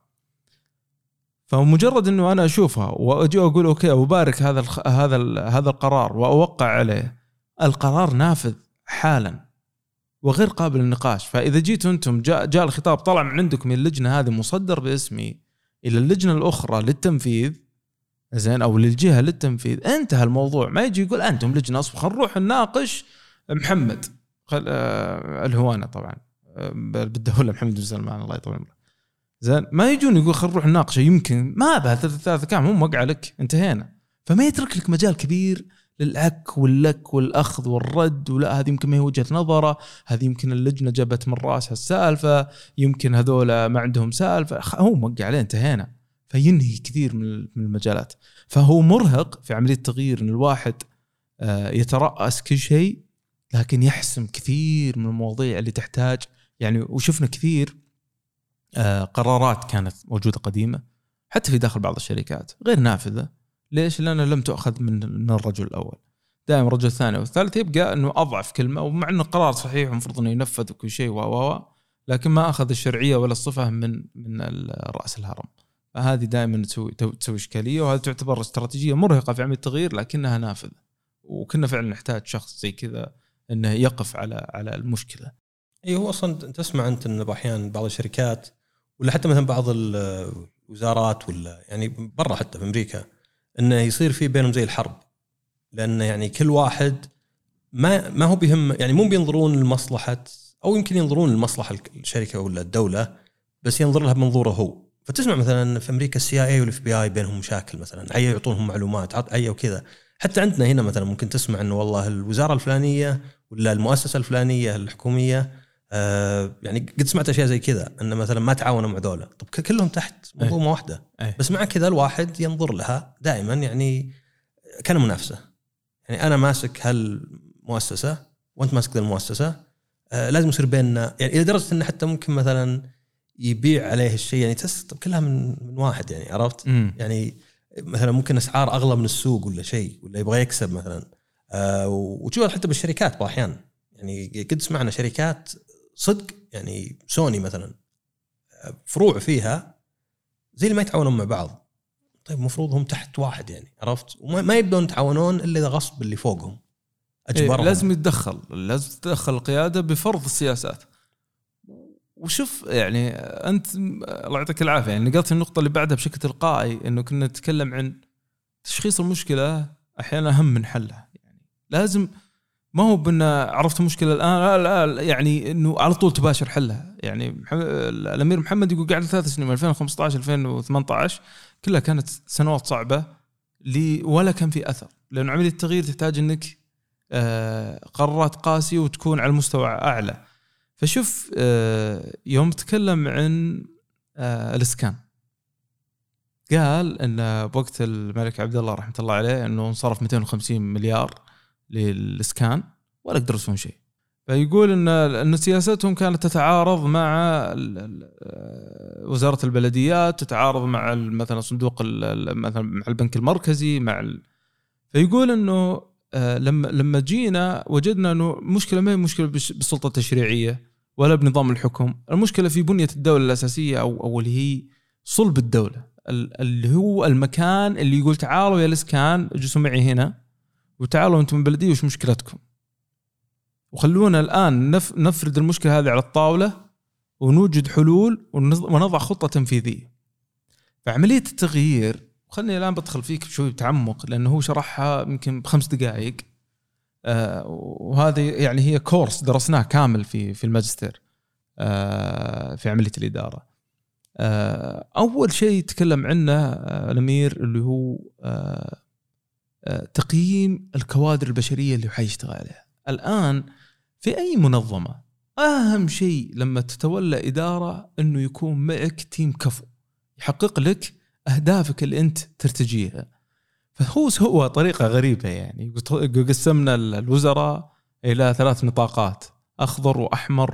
فمجرد إنه أنا أشوفها وأجي أقول أوكي وبارك هذا ال هذا ال هذا القرار وأوقع عليه، القرار نافذ حالا وغير قابل للنقاش. فإذا جيتوا أنتم جاء, جاء الخطاب طلع من عندكم من اللجنة هذه مصدر باسمي إلى اللجنة الأخرى للتنفيذ، زين أو للجهة للتنفيذ، انتهى الموضوع. ما يجي يقول أنتم لجنة أصبح نروح نناقش محمد خل... آه... الهوانة طبعا آه... بالدولة محمد بن سلمان الله يطول عمره. زين ما يجون يقول خل نروح نناقشه، يمكن ما بها ثلاثة ثلاثة كام هم وقع لك انتهينا. فما يترك لك مجال كبير للعك واللك والأخذ والرد، ولا هذه يمكن ما هي وجهة نظره، هذه يمكن اللجنة جابت من رأسها السالفة، يمكن هذولا ما عندهم سالفة، هو موقع عليه انتهينا. فينهي كثير من المجالات. فهو مرهق في عملية تغيير إن الواحد يترأس كل شيء، لكن يحسم كثير من المواضيع اللي تحتاج يعني. وشفنا كثير قرارات كانت موجودة قديمة حتى في داخل بعض الشركات غير نافذة. ليش؟ لأنها لم تؤخذ من من الرجل الأول، دائما الرجل الثاني والثالث يبقى أنه أضعف كلمة، ومع أنه قرار صحيح ومفروض أنه ينفذ وكل شيء و و لكن ما أخذ الشرعية ولا الصفة من من رأس الهرم. فهذه دائما تسوي تسوي إشكالية، وهذا تعتبر استراتيجية مرهقة في عملية التغيير لكنها نافذة. وكنا فعلا نحتاج شخص زي كذا أنه يقف على على المشكلة. أي هو أصلا تسمع أنت أن أحيانا بعض الشركات ولا حتى مثلا بعض الوزارات ولا يعني برا حتى في أمريكا انه يصير في بينهم زي الحرب، لانه يعني كل واحد ما ما هو بهم يعني مو بينظرون لمصلحه، او يمكن ينظرون لمصلحه الشركه ولا الدوله، بس ينظر لها بمنظوره هو. فتسمع مثلا في امريكا السي اي والاف بي اي بينهم مشاكل مثلا، عيا يعطونهم معلومات عط عيا وكذا. حتى عندنا هنا مثلا ممكن تسمع انه والله الوزاره الفلانيه ولا المؤسسه الفلانيه الحكوميه آه يعني قد سمعت اشياء زي كذا، ان مثلا ما تعاونوا مع دولة. طب كلهم تحت منظومه أيه. واحده أيه. بس مع كذا الواحد ينظر لها دائما يعني كان منافسه. يعني انا ماسك هالمؤسسه وانت ماسك ذا المؤسسه، آه لازم يصير بيننا يعني الى درجه انه حتى ممكن مثلا يبيع عليه الشيء يعني تس كلها من من واحد يعني عرفت م. يعني مثلا ممكن اسعار اغلى من السوق ولا شيء، ولا يبغى يكسب مثلا. آه وتشوف حتى بالشركات باحيان يعني قد سمعنا شركات صدق يعني سوني مثلا فروع فيها زي اللي ما يتعاونون مع بعض. طيب مفروض هم تحت واحد يعني عرفت، وما يبدون يتعاونون الا اذا غصب اللي فوقهم اجبرهم. إيه لازم يتدخل لازم تتدخل القياده بفرض السياسات. وشوف يعني انت الله يعطيك العافيه يعني نقلت النقطه اللي بعدها بشكل تلقائي، انه كنا نتكلم عن تشخيص المشكله احيانا اهم من حلها. يعني لازم ما هو بأن عرفت مشكلة الآن لا لا يعني إنه على طول تباشر حلها. يعني الأمير محمد يقول قاعد ثلاث سنين من ألفين وخمسة عشر ألفين وثمانية عشر كلها كانت سنوات صعبة لي ولا كان في أثر، لأن عملية التغيير تحتاج إنك آه قرارات قاسية وتكون على المستوى أعلى. فشوف آه يوم تكلم عن آه الإسكان قال إن بوقت الملك عبد الله رحمة الله عليه إنه انصرف مئتين وخمسين مليار للإسكان ولا قدروا يسوون شيء. فيقول إن إن سياستهم كانت تتعارض مع وزارة البلديات، تتعارض مع مثلا صندوق مثلا مع البنك المركزي مع ال... فيقول إنه لما لما جينا وجدنا إنه مشكلة ما هي مشكلة بالسلطة التشريعية ولا بنظام الحكم، المشكلة في بنية الدولة الأساسية أو أو اللي هي صلب الدولة، اللي هو المكان اللي يقول تعالوا يا الإسكان اجلسوا معي هنا وتعالوا أنتم من بلدية وش مشكلتكم، وخلونا الآن نف نفرد المشكلة هذه على الطاولة ونوجد حلول ونضع خطة تنفيذية. فعملية التغيير خلني الآن بدخل فيك بشوي بتعمق لأنه هو شرحها يمكن بخمس دقائق آه وهذه يعني هي كورس درسناه كامل في في الماجستير آه في عملية الإدارة. آه أول شيء تكلم عنه آه الأمير اللي هو آه تقييم الكوادر البشرية اللي حيشتغل عليها. الآن في أي منظمة أهم شيء لما تتولى إدارة أنه يكون معك تيم كفو يحقق لك أهدافك اللي أنت ترتجيها. فهو هو طريقة غريبة يعني قسمنا الوزراء إلى ثلاث نطاقات أخضر وأحمر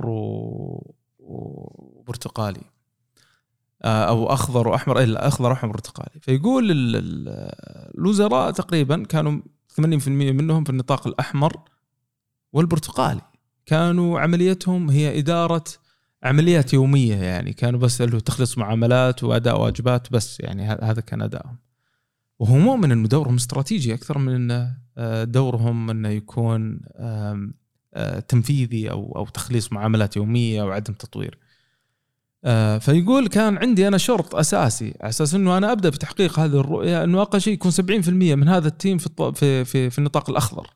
وبرتقالي أو أخضر وأحمر إلا أخضر وأحمر برتقالي. فيقول الوزراء تقريبا كانوا ثمانين بالمئة منهم في النطاق الأحمر والبرتقالي، كانوا عمليتهم هي إدارة عمليات يومية، يعني كانوا بس له تخلص معاملات وأداء واجبات بس، يعني هذا كان أدائهم. وهو مؤمن أنه دورهم استراتيجي أكثر من أنه دورهم أنه يكون تنفيذي أو أو تخليص معاملات يومية وعدم تطوير. آه فيقول كان عندي أنا شرط أساسي على أساس أنه أنا أبدأ بتحقيق هذه الرؤية أنه أقل شيء يكون سبعين بالمئة من هذا التيم في, في, في, في النطاق الأخضر.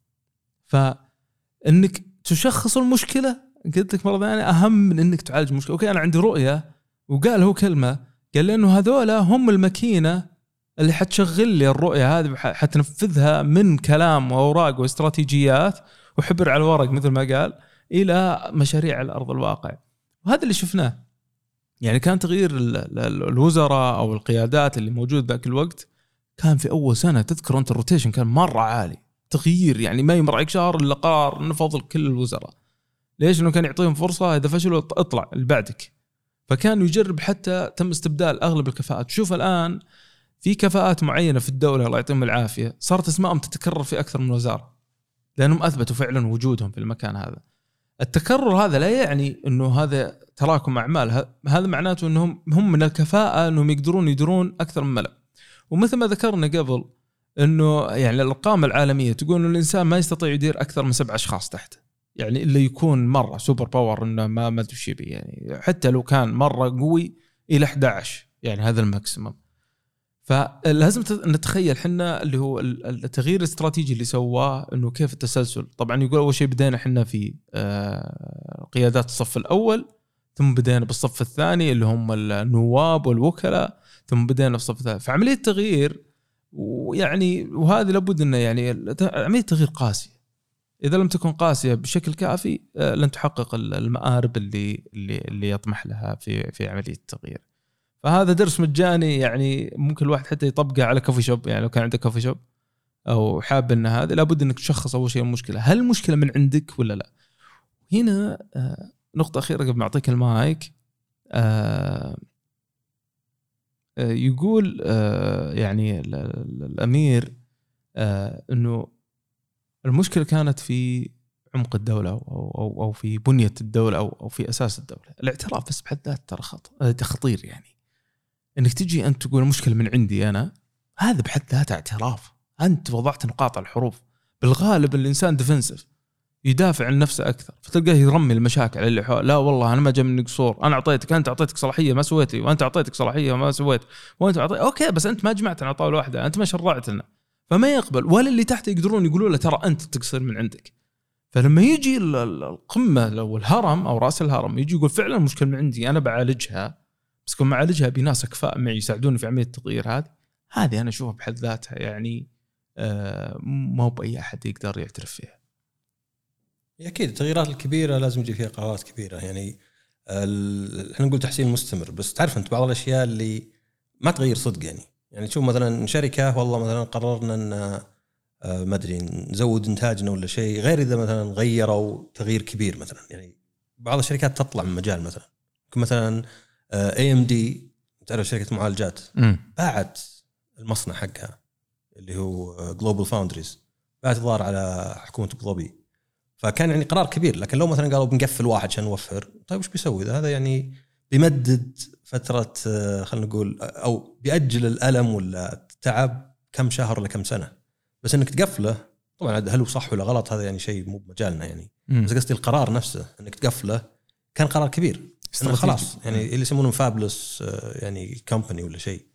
فإنك تشخص المشكلة قلت لك مرة ثانية أهم من إنك تعالج مشكلة. أوكي أنا عندي رؤية، وقال هو كلمة قال لي إنه هذولا هم الماكينة اللي حتشغل لي الرؤية هذه، حتنفذها من كلام وأوراق واستراتيجيات وحبر على الورق مثل ما قال إلى مشاريع على أرض الواقع. وهذا اللي شفناه، يعني كان تغيير الوزراء أو القيادات اللي موجود ذاك الوقت كان في أول سنة تذكر أنت الروتيشن كان مرة عالي، تغيير يعني ما يمر عليك شهر إلا قرار نفضل كل الوزراء. ليش؟ إنه كان يعطيهم فرصة إذا فشلوا اطلع اللي بعدك. فكان يجرب حتى تم استبدال أغلب الكفاءات. شوف الآن في كفاءات معينة في الدولة الله يعطيهم العافية صارت اسمائهم تتكرر في أكثر من وزارة لأنهم أثبتوا فعلا وجودهم في المكان هذا. التكرر هذا لا يعني إنه هذا تراكم أعمال، هذا معناته إنهم هم من الكفاءة إنهم يقدرون يدرون أكثر من ملأ. ومثل ما ذكرنا قبل إنه يعني الأرقام العالمية تقول إنه الإنسان ما يستطيع يدير أكثر من سبع أشخاص تحته، يعني إلا يكون مرة سوبر باور إنه ما ما تشي بي، يعني حتى لو كان مرة قوي إلى إحدى عشر يعني هذا الماكسيمم. فلازم نتخيل حنا اللي هو التغيير الاستراتيجي اللي سواه إنه كيف التسلسل. طبعا يقول أول شيء بدينا حنا في قيادات الصف الأول، ثم بدينا بالصف الثاني اللي هم النواب والوكلاء، ثم بدينا بالصف الثالث. فعملية تغيير ويعني وهذه لابد إنه يعني عملية تغيير قاسية، إذا لم تكن قاسية بشكل كافي لن تحقق المآرب اللي اللي اللي يطمح لها في في عملية التغيير. فهذا درس مجاني يعني ممكن الواحد حتى يطبقه على كوفي شوب. يعني لو كان عندك كوفي شوب أو حاب إن هذا لابد إنك تشخص أول شيء المشكلة، هل المشكلة من عندك ولا لا. هنا آه نقطة أخيرة قبل ما أعطيك المايك. آه آه يقول آه يعني الأمير آه إنه المشكلة كانت في عمق الدولة أو أو أو في بنية الدولة أو أو في أساس الدولة. الاعتراف بس بحد ذاته ترى خطير، يعني إنك تجي أنت تقول المشكلة من عندي أنا، هذا بحد ذاته اعتراف. أنت وضعت نقاط الحروف. بالغالب الإنسان ديفنسيف يدافع عن نفسه أكثر، فتلقاه يرمي المشاكل اللي حوله. لا والله أنا ما جاء مني قصور، أنا أعطيتك، أنت أعطيتك صلاحية ما سويتي، وأنت أعطيتك صلاحية ما سويت، وأنت أعطيت أوكي بس أنت ما جمعتنا على طاولة واحدة، أنت ما شرعتنا. فما يقبل، ولا اللي تحت يقدرون يقولوا له ترى أنت تقصر من عندك. فلما يجي القمة لو الهرم أو رأس الهرم يجي يقول فعلا المشكلة من عندي أنا بعالجها، بس كون معالجها بناس كفاء معي يساعدوني في عملية التغيير هذه هذه أنا أشوفها بحد ذاتها يعني آه ما هو بأي أحد يقدر يعترف فيها. أكيد التغييرات الكبيرة لازم يجي فيها قرارات كبيرة. يعني احنا نقول تحسين مستمر، بس تعرف أنت بعض الأشياء اللي ما تغير صدق. يعني يعني شوف مثلا شركة والله مثلا قررنا أن ما أدري نزود إنتاجنا ولا شيء، غير إذا مثلا غيروا تغيير كبير. مثلا يعني بعض الشركات تطلع من مجال، مثلا مثلا إيه إم دي تعرف شركة معالجات باعت المصنع حقها اللي هو Global Foundries، باعت ضار على حكومة أبو ظبي. فكان يعني قرار كبير. لكن لو مثلا قالوا بنقفل واحد عشان نوفر، طيب وش بيسوي هذا؟ يعني بيمدد فترة خلينا نقول أو بيأجل الألم ولا التعب كم شهر ولا كم سنة. بس إنك تقفله طبعا هل هو صح ولا غلط هذا يعني شيء مو بمجالنا يعني. بس قصدي القرار نفسه إنك تقفله كان قرار كبير. خلاص يعني اللي يسمونه فابلس يعني كمباني ولا شيء،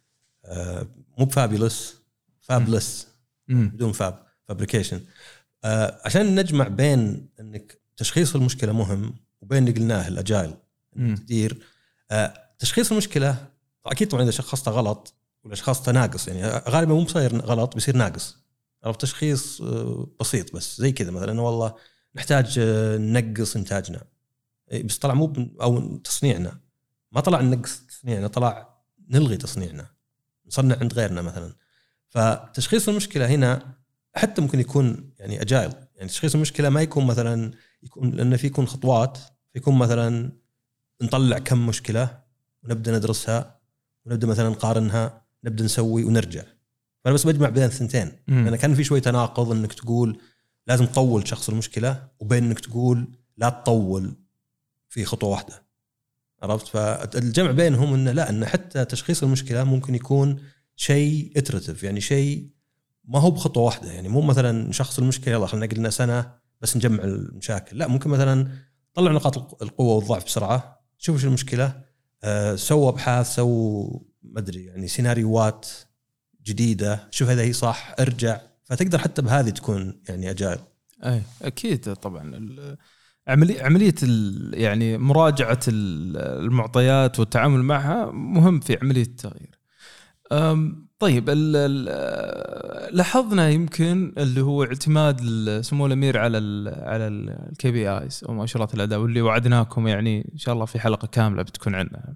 مو بفابلس فابلس بدون فاب فابريكيشن. عشان نجمع بين إنك تشخيص المشكلة مهم وبين اللي قلناه الأجايل تدير. تشخيص المشكلة أكيد طبعا إذا شخصته غلط ولا شخصته ناقص، يعني غالبا مو بصير غلط بيصير ناقص. عرفت تشخيص بسيط بس زي كذا مثلا إنه والله نحتاج ننقص إنتاجنا، بس طلع مو أو تصنيعنا ما طلع ننقص تصنيعنا، طلع نلغي تصنيعنا نصنع عند غيرنا مثلا. فتشخيص المشكلة هنا حتى ممكن يكون يعني أجايل. يعني تشخيص المشكلة ما يكون مثلا يكون لأنه في يكون خطوات، يكون مثلا نطلع كم مشكلة ونبدأ ندرسها ونبدأ مثلا نقارنها، نبدأ نسوي ونرجع. فأنا بس بجمع بين الثنتين. أنا كان في شوي تناقض إنك تقول لازم تطول شخص المشكلة وبين إنك تقول لا تطول في خطوة واحدة. عرفت؟ فالجمع بينهم إنه لا، إنه حتى تشخيص المشكلة ممكن يكون شيء إتراتيف، يعني شيء ما هو بخطوة واحدة. يعني مو مثلا نشخص المشكلة يلا خلينا قلنا سنة بس نجمع المشاكل، لا ممكن مثلا طلع نقاط القوة والضعف بسرعة، شوف ايش المشكلة، آه سووا ابحاث، سووا ما ادري يعني سيناريوهات جديده، شوف هذا هي صح ارجع، فتقدر حتى بهذه تكون يعني اجايل. اي اكيد طبعا. عمليه عمليه يعني مراجعه المعطيات والتعامل معها مهم في عمليه التغيير. طيب لاحظنا يمكن اللي هو اعتماد سمو الامير على ال على الكي بي ايز او مؤشرات الاداء، واللي وعدناكم يعني ان شاء الله في حلقه كامله بتكون عنها.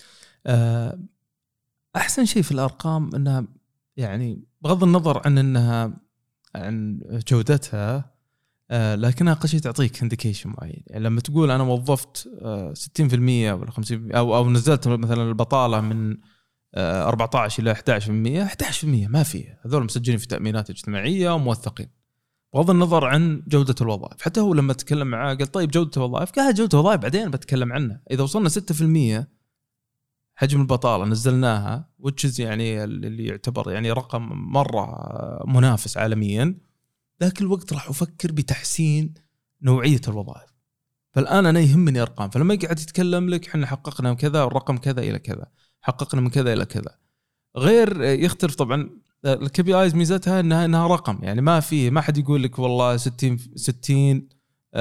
احسن شيء في الارقام انها يعني بغض النظر عن انها عن جودتها، لكنها قد شيء تعطيك انديكيشن معين. يعني لما تقول انا وظفت ستين بالمئة ولا خمسين بالمئة او او نزلت مثلا البطاله من أربعة عشر إلى أحد عشر بالمئة، أحد عشر بالمئة ما فيه، هذول مسجلين في تأمينات اجتماعية وموثقين بغض النظر عن جودة الوظائف. حتى هو لما تكلم معاه قال طيب جودة الوظائف، قال جودة الوظائف بعدين بتكلم عنها. إذا وصلنا ستة بالمئة حجم البطالة نزلناها وتشز يعني اللي يعتبر يعني رقم مرة منافس عالميا، ذاك الوقت راح أفكر بتحسين نوعية الوظائف. فالآن أنا يهمني أرقام، فلما يقعد يتكلم لك إحنا حققنا كذا والرقم كذا إلى كذا، حققنا من كذا إلى كذا، غير يختلف طبعا. الكي بي ايز ميزتها انها انها رقم، يعني ما في ما حد يقول لك والله ستين ستين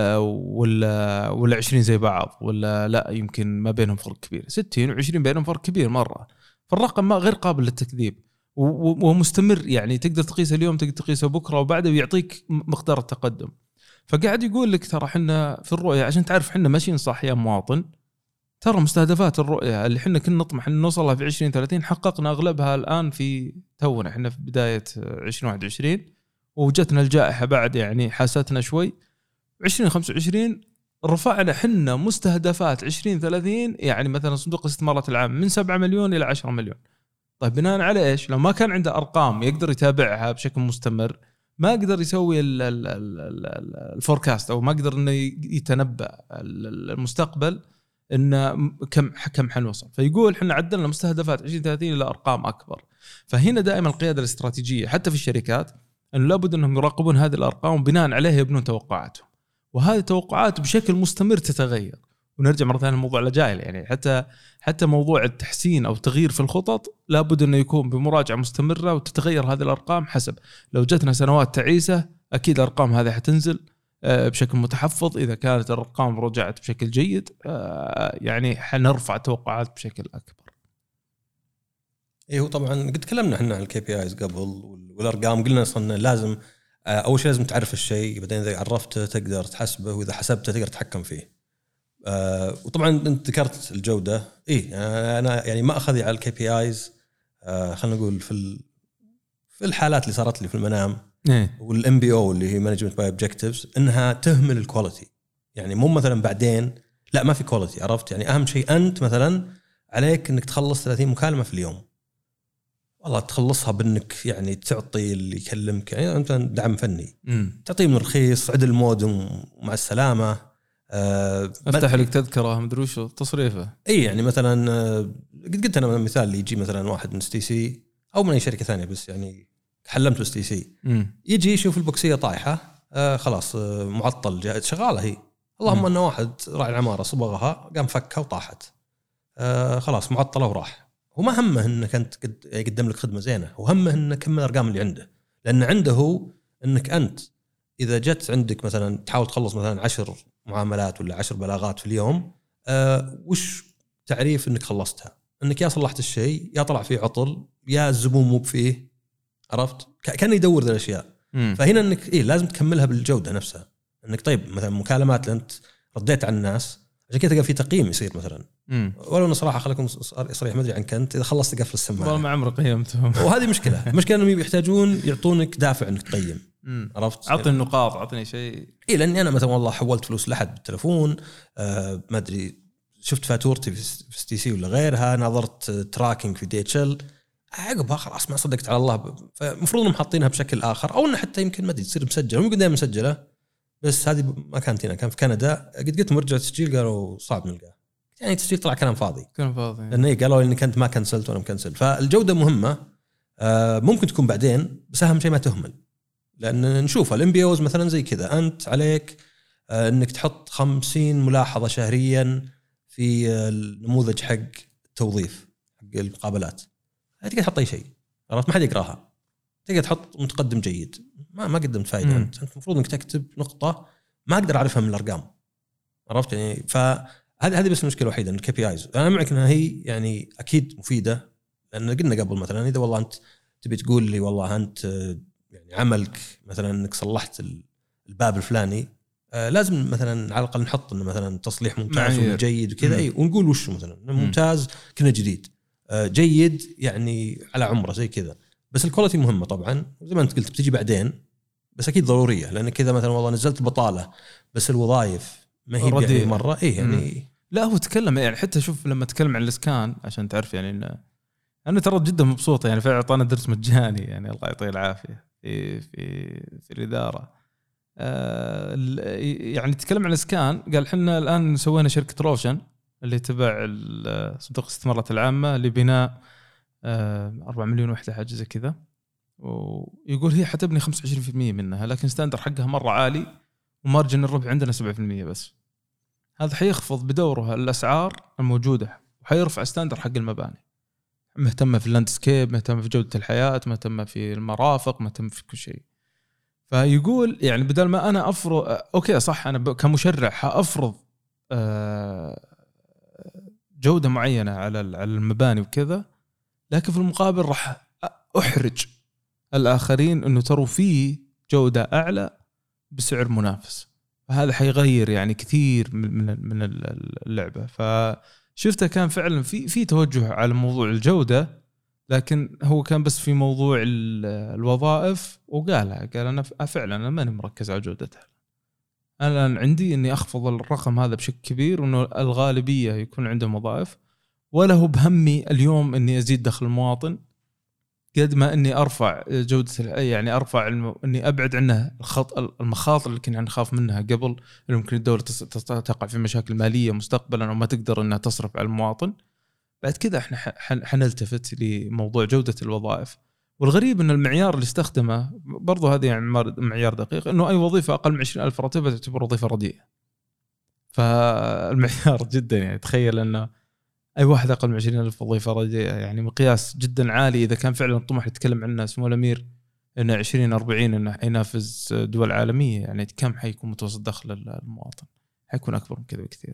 ولا ولا عشرين زي بعض، ولا لا يمكن ما بينهم فرق كبير. ستين وعشرين بينهم فرق كبير مره، فالرقم ما غير قابل للتكذيب ومستمر، يعني تقدر تقيسه اليوم تقدر تقيسه بكره وبعده ويعطيك مقدار التقدم. فقاعد يقول لك ترى احنا في الرؤيه عشان تعرف احنا ماشيين صح يا مواطن، ترى مستهدفات الرؤية اللي احنا كنا نطمح ان نوصلها في عشرين ثلاثين حققنا اغلبها الان في تونا احنا في بداية عشرين واحد وعشرين، وجتنا الجائحة بعد يعني حاستنا شوي. عشرين خمسة وعشرين رفعنا حنا مستهدفات عشرين ثلاثين، يعني مثلا صندوق الاستثمارات العام من سبعة مليون الى عشرة مليون. طيب بناء على ايش؟ لو ما كان عنده ارقام يقدر يتابعها بشكل مستمر، ما قدر يسوي الفوركاست او ما قدر انه يتنبأ المستقبل إن كم كم حنوصل. فيقول إحنا عدلنا مستهدفات عشرين ثلاثين إلى أرقام أكبر. فهنا دائما القيادة الاستراتيجية حتى في الشركات أنه لابد أنهم يراقبون هذه الأرقام وبناء عليها يبنون توقعاتهم، وهذه التوقعات بشكل مستمر تتغير. ونرجع مرة ثانية لموضوع الأجايل، يعني حتى حتى موضوع التحسين أو التغيير في الخطط لابد أنه يكون بمراجعة مستمرة وتتغير هذه الأرقام حسب. لو جتنا سنوات تعيسة أكيد الأرقام هذه حتنزل بشكل متحفظ، إذا كانت الأرقام رجعت بشكل جيد يعني حنرفع توقعات بشكل أكبر. إيه هو طبعا قد تكلمنا إحنا عن الكي بي آيز قبل والأرقام، قلنا أصلاً لازم أول شيء لازم تعرف الشيء، بعدين إذا عرفته تقدر تحسبه، وإذا حسبته تقدر تتحكم فيه. وطبعا أنت ذكرت الجودة، إيه أنا يعني ما أخذي على الكي بي آيز، خلنا نقول في في الحالات اللي صارت لي في المنام والام بي او اللي هي مانجمنت باي اوبجكتيفز، انها تهمل الكواليتي. يعني مو مثلا بعدين لا ما في كواليتي، عرفت؟ يعني اهم شيء انت مثلا عليك انك تخلص ثلاثين مكالمه في اليوم، والله تخلصها بانك يعني تعطي اللي يكلمك يعني انت دعم فني، مم. تعطيه من رخيص، عدل مودم ومع السلامه، أه افتح لك تذكره مدري وش تصريفه. اي يعني مثلا أه قد قلت انا مثال اللي يجي مثلا واحد من ستي سي او من اي شركه ثانيه، بس يعني حلمت ستي سي، يجي يشوف البوكسيه طايحه، آه خلاص آه معطل جاءت شغاله هي، اللهم انه واحد راعي العماره صبغها قام فكها وطاحت، آه خلاص معطله وراح. هو ما همه انك انت يقدم لك خدمه زينه، هو همه انه كم الارقام اللي عنده، لان عنده هو انك انت اذا جت عندك مثلا تحاول تخلص مثلا عشر معاملات ولا عشر بلاغات في اليوم، آه وش تعريف انك خلصتها؟ انك يا صلحت الشيء يا طلع فيه عطل يا الزبون مو بفيه، عرفت؟ كان يدور ذا الاشياء. مم. فهنا انك ايه لازم تكملها بالجوده نفسها، انك طيب مثلا مكالمات اللي انت رديت على الناس عشان كذا تلقى في تقييم يصير مثلا، مم. ولو انا صراحه خليكم صريح ما ادري عنك انت، اذا خلصت قفل السماعه والله ما عمري قيمتهم وهذه مشكله. المشكله انهم يحتاجون يعطونك دافع انك تقيم، مم. عرفت؟ اعطني النقاط، اعطني شيء. اي لاني انا مثلا والله حولت فلوس لحد بالتلفون، آه ما ادري شفت فاتورتي في ستي سي ولا غيرها، نظرت تراكنج في دي اتش ال، عقبها خلاص ما صدقت على الله. فمفروض انهم حاطينها بشكل اخر، او انه حتى يمكن ما ادري تصير مسجله، مو دائما مسجله، بس هذه ما كانت هنا، كان في كندا. قد قلت مرجع تسجيل قالوا صعب نلقاه، يعني تسجيل طلع كلام فاضي كلام فاضي لانه قالوا اني كنت ما كنسلت وانا مكنسل. فالجوده مهمه، آه ممكن تكون بعدين، بس اهم شيء ما تهمل، لان نشوف الام بي اوز مثلا زي كذا، انت عليك آه انك تحط خمسين ملاحظه شهريا في النموذج حق التوظيف حق المقابلات تقدر تحط اي شيء، عرفت؟ ما حد يقراها، تقدر تحط متقدم جيد، ما ما قدمت فائده. مم. انت المفروض انك تكتب نقطه ما اقدر اعرفها من الارقام، عرفت يعني؟ فهذه هذه بس المشكله الوحيده ان الكي بي ايز انا معك انها هي يعني اكيد مفيده، لان قلنا قبل مثلا اذا والله انت تبي تقول لي والله انت يعني عملك مثلا انك صلحت الباب الفلاني، آه لازم مثلا على الاقل نحط انه مثلا تصليح ممتاز وجيد وكذا، اي ونقول وش مثلا ممتاز كنا جديد، آه جيد يعني على عمره زي كذا. بس الكواليتي مهمه طبعا زي ما انت قلت بتجي بعدين، بس اكيد ضروريه، لان كذا مثلا والله نزلت البطاله بس الوظائف ما هي يعني مره ايه يعني مم. لا هو تكلم يعني حتى شوف لما تكلم عن الاسكان عشان تعرف يعني إن انا ترى جدا مبسوط يعني فعلا اعطانا درس مجاني يعني الله يعطيه العافيه في في في الاداره. آه يعني تكلم عن الاسكان قال احنا الان سوينا شركه روشن اللي تبع صندوق الاستثمارات العامه لبناء آه أربعة مليون وحده حاجه زي كذا، ويقول هي حتبني خمسة وعشرين بالمئة منها لكن ستاندر حقها مره عالي ومارجن الربح عندنا سبعة بالمئة بس. هذا حيخفض بدوره الاسعار الموجوده وحيرفع ستاندر حق المباني. مهتمه في اللاندسكيب، مهتمه في جوده الحياه، مهتمه في المرافق، مهتمه في كل شيء. فيقول يعني بدل ما انا افرض اوكي صح انا كمشرع حافرض جوده معينه على على المباني وكذا، لكن في المقابل راح احرج الاخرين انه تروا فيه جوده اعلى بسعر منافس. فهذا حيغير يعني كثير من من اللعبه. فشفته كان فعلا في في توجه على موضوع الجوده، لكن هو كان بس في موضوع الوظائف وقالها قال انا فعلا انا ماني مركز على جودتها، انا عندي اني اخفض الرقم هذا بشكل كبير وانه الغالبيه يكون عندهم وظائف، ولا هو بهمي اليوم اني ازيد دخل المواطن قد ما اني ارفع جوده يعني ارفع الم... اني ابعد عنه الخط المخاطر اللي كنا نخاف منها قبل، اللي ممكن الدوله تقع في مشاكل ماليه مستقبلا وما تقدر انها تصرف على المواطن. بعد كذا احنا حنلتفت لموضوع جوده الوظائف. والغريب ان المعيار اللي استخدمه برضو هذا يعني معيار دقيق، انه اي وظيفه اقل من عشرين ألف راتب تعتبر وظيفه رديئه. فالمعيار جدا يعني تخيل انه اي واحد اقل من عشرين ألف وظيفه رديئه يعني مقياس جدا عالي. اذا كان فعلا الطموح يتكلم عنه سمو الامير انه عشرين أربعين انه ينافس دول عالميه، يعني كم حيكون متوسط دخل المواطن؟ حيكون اكبر من كذا بكثير.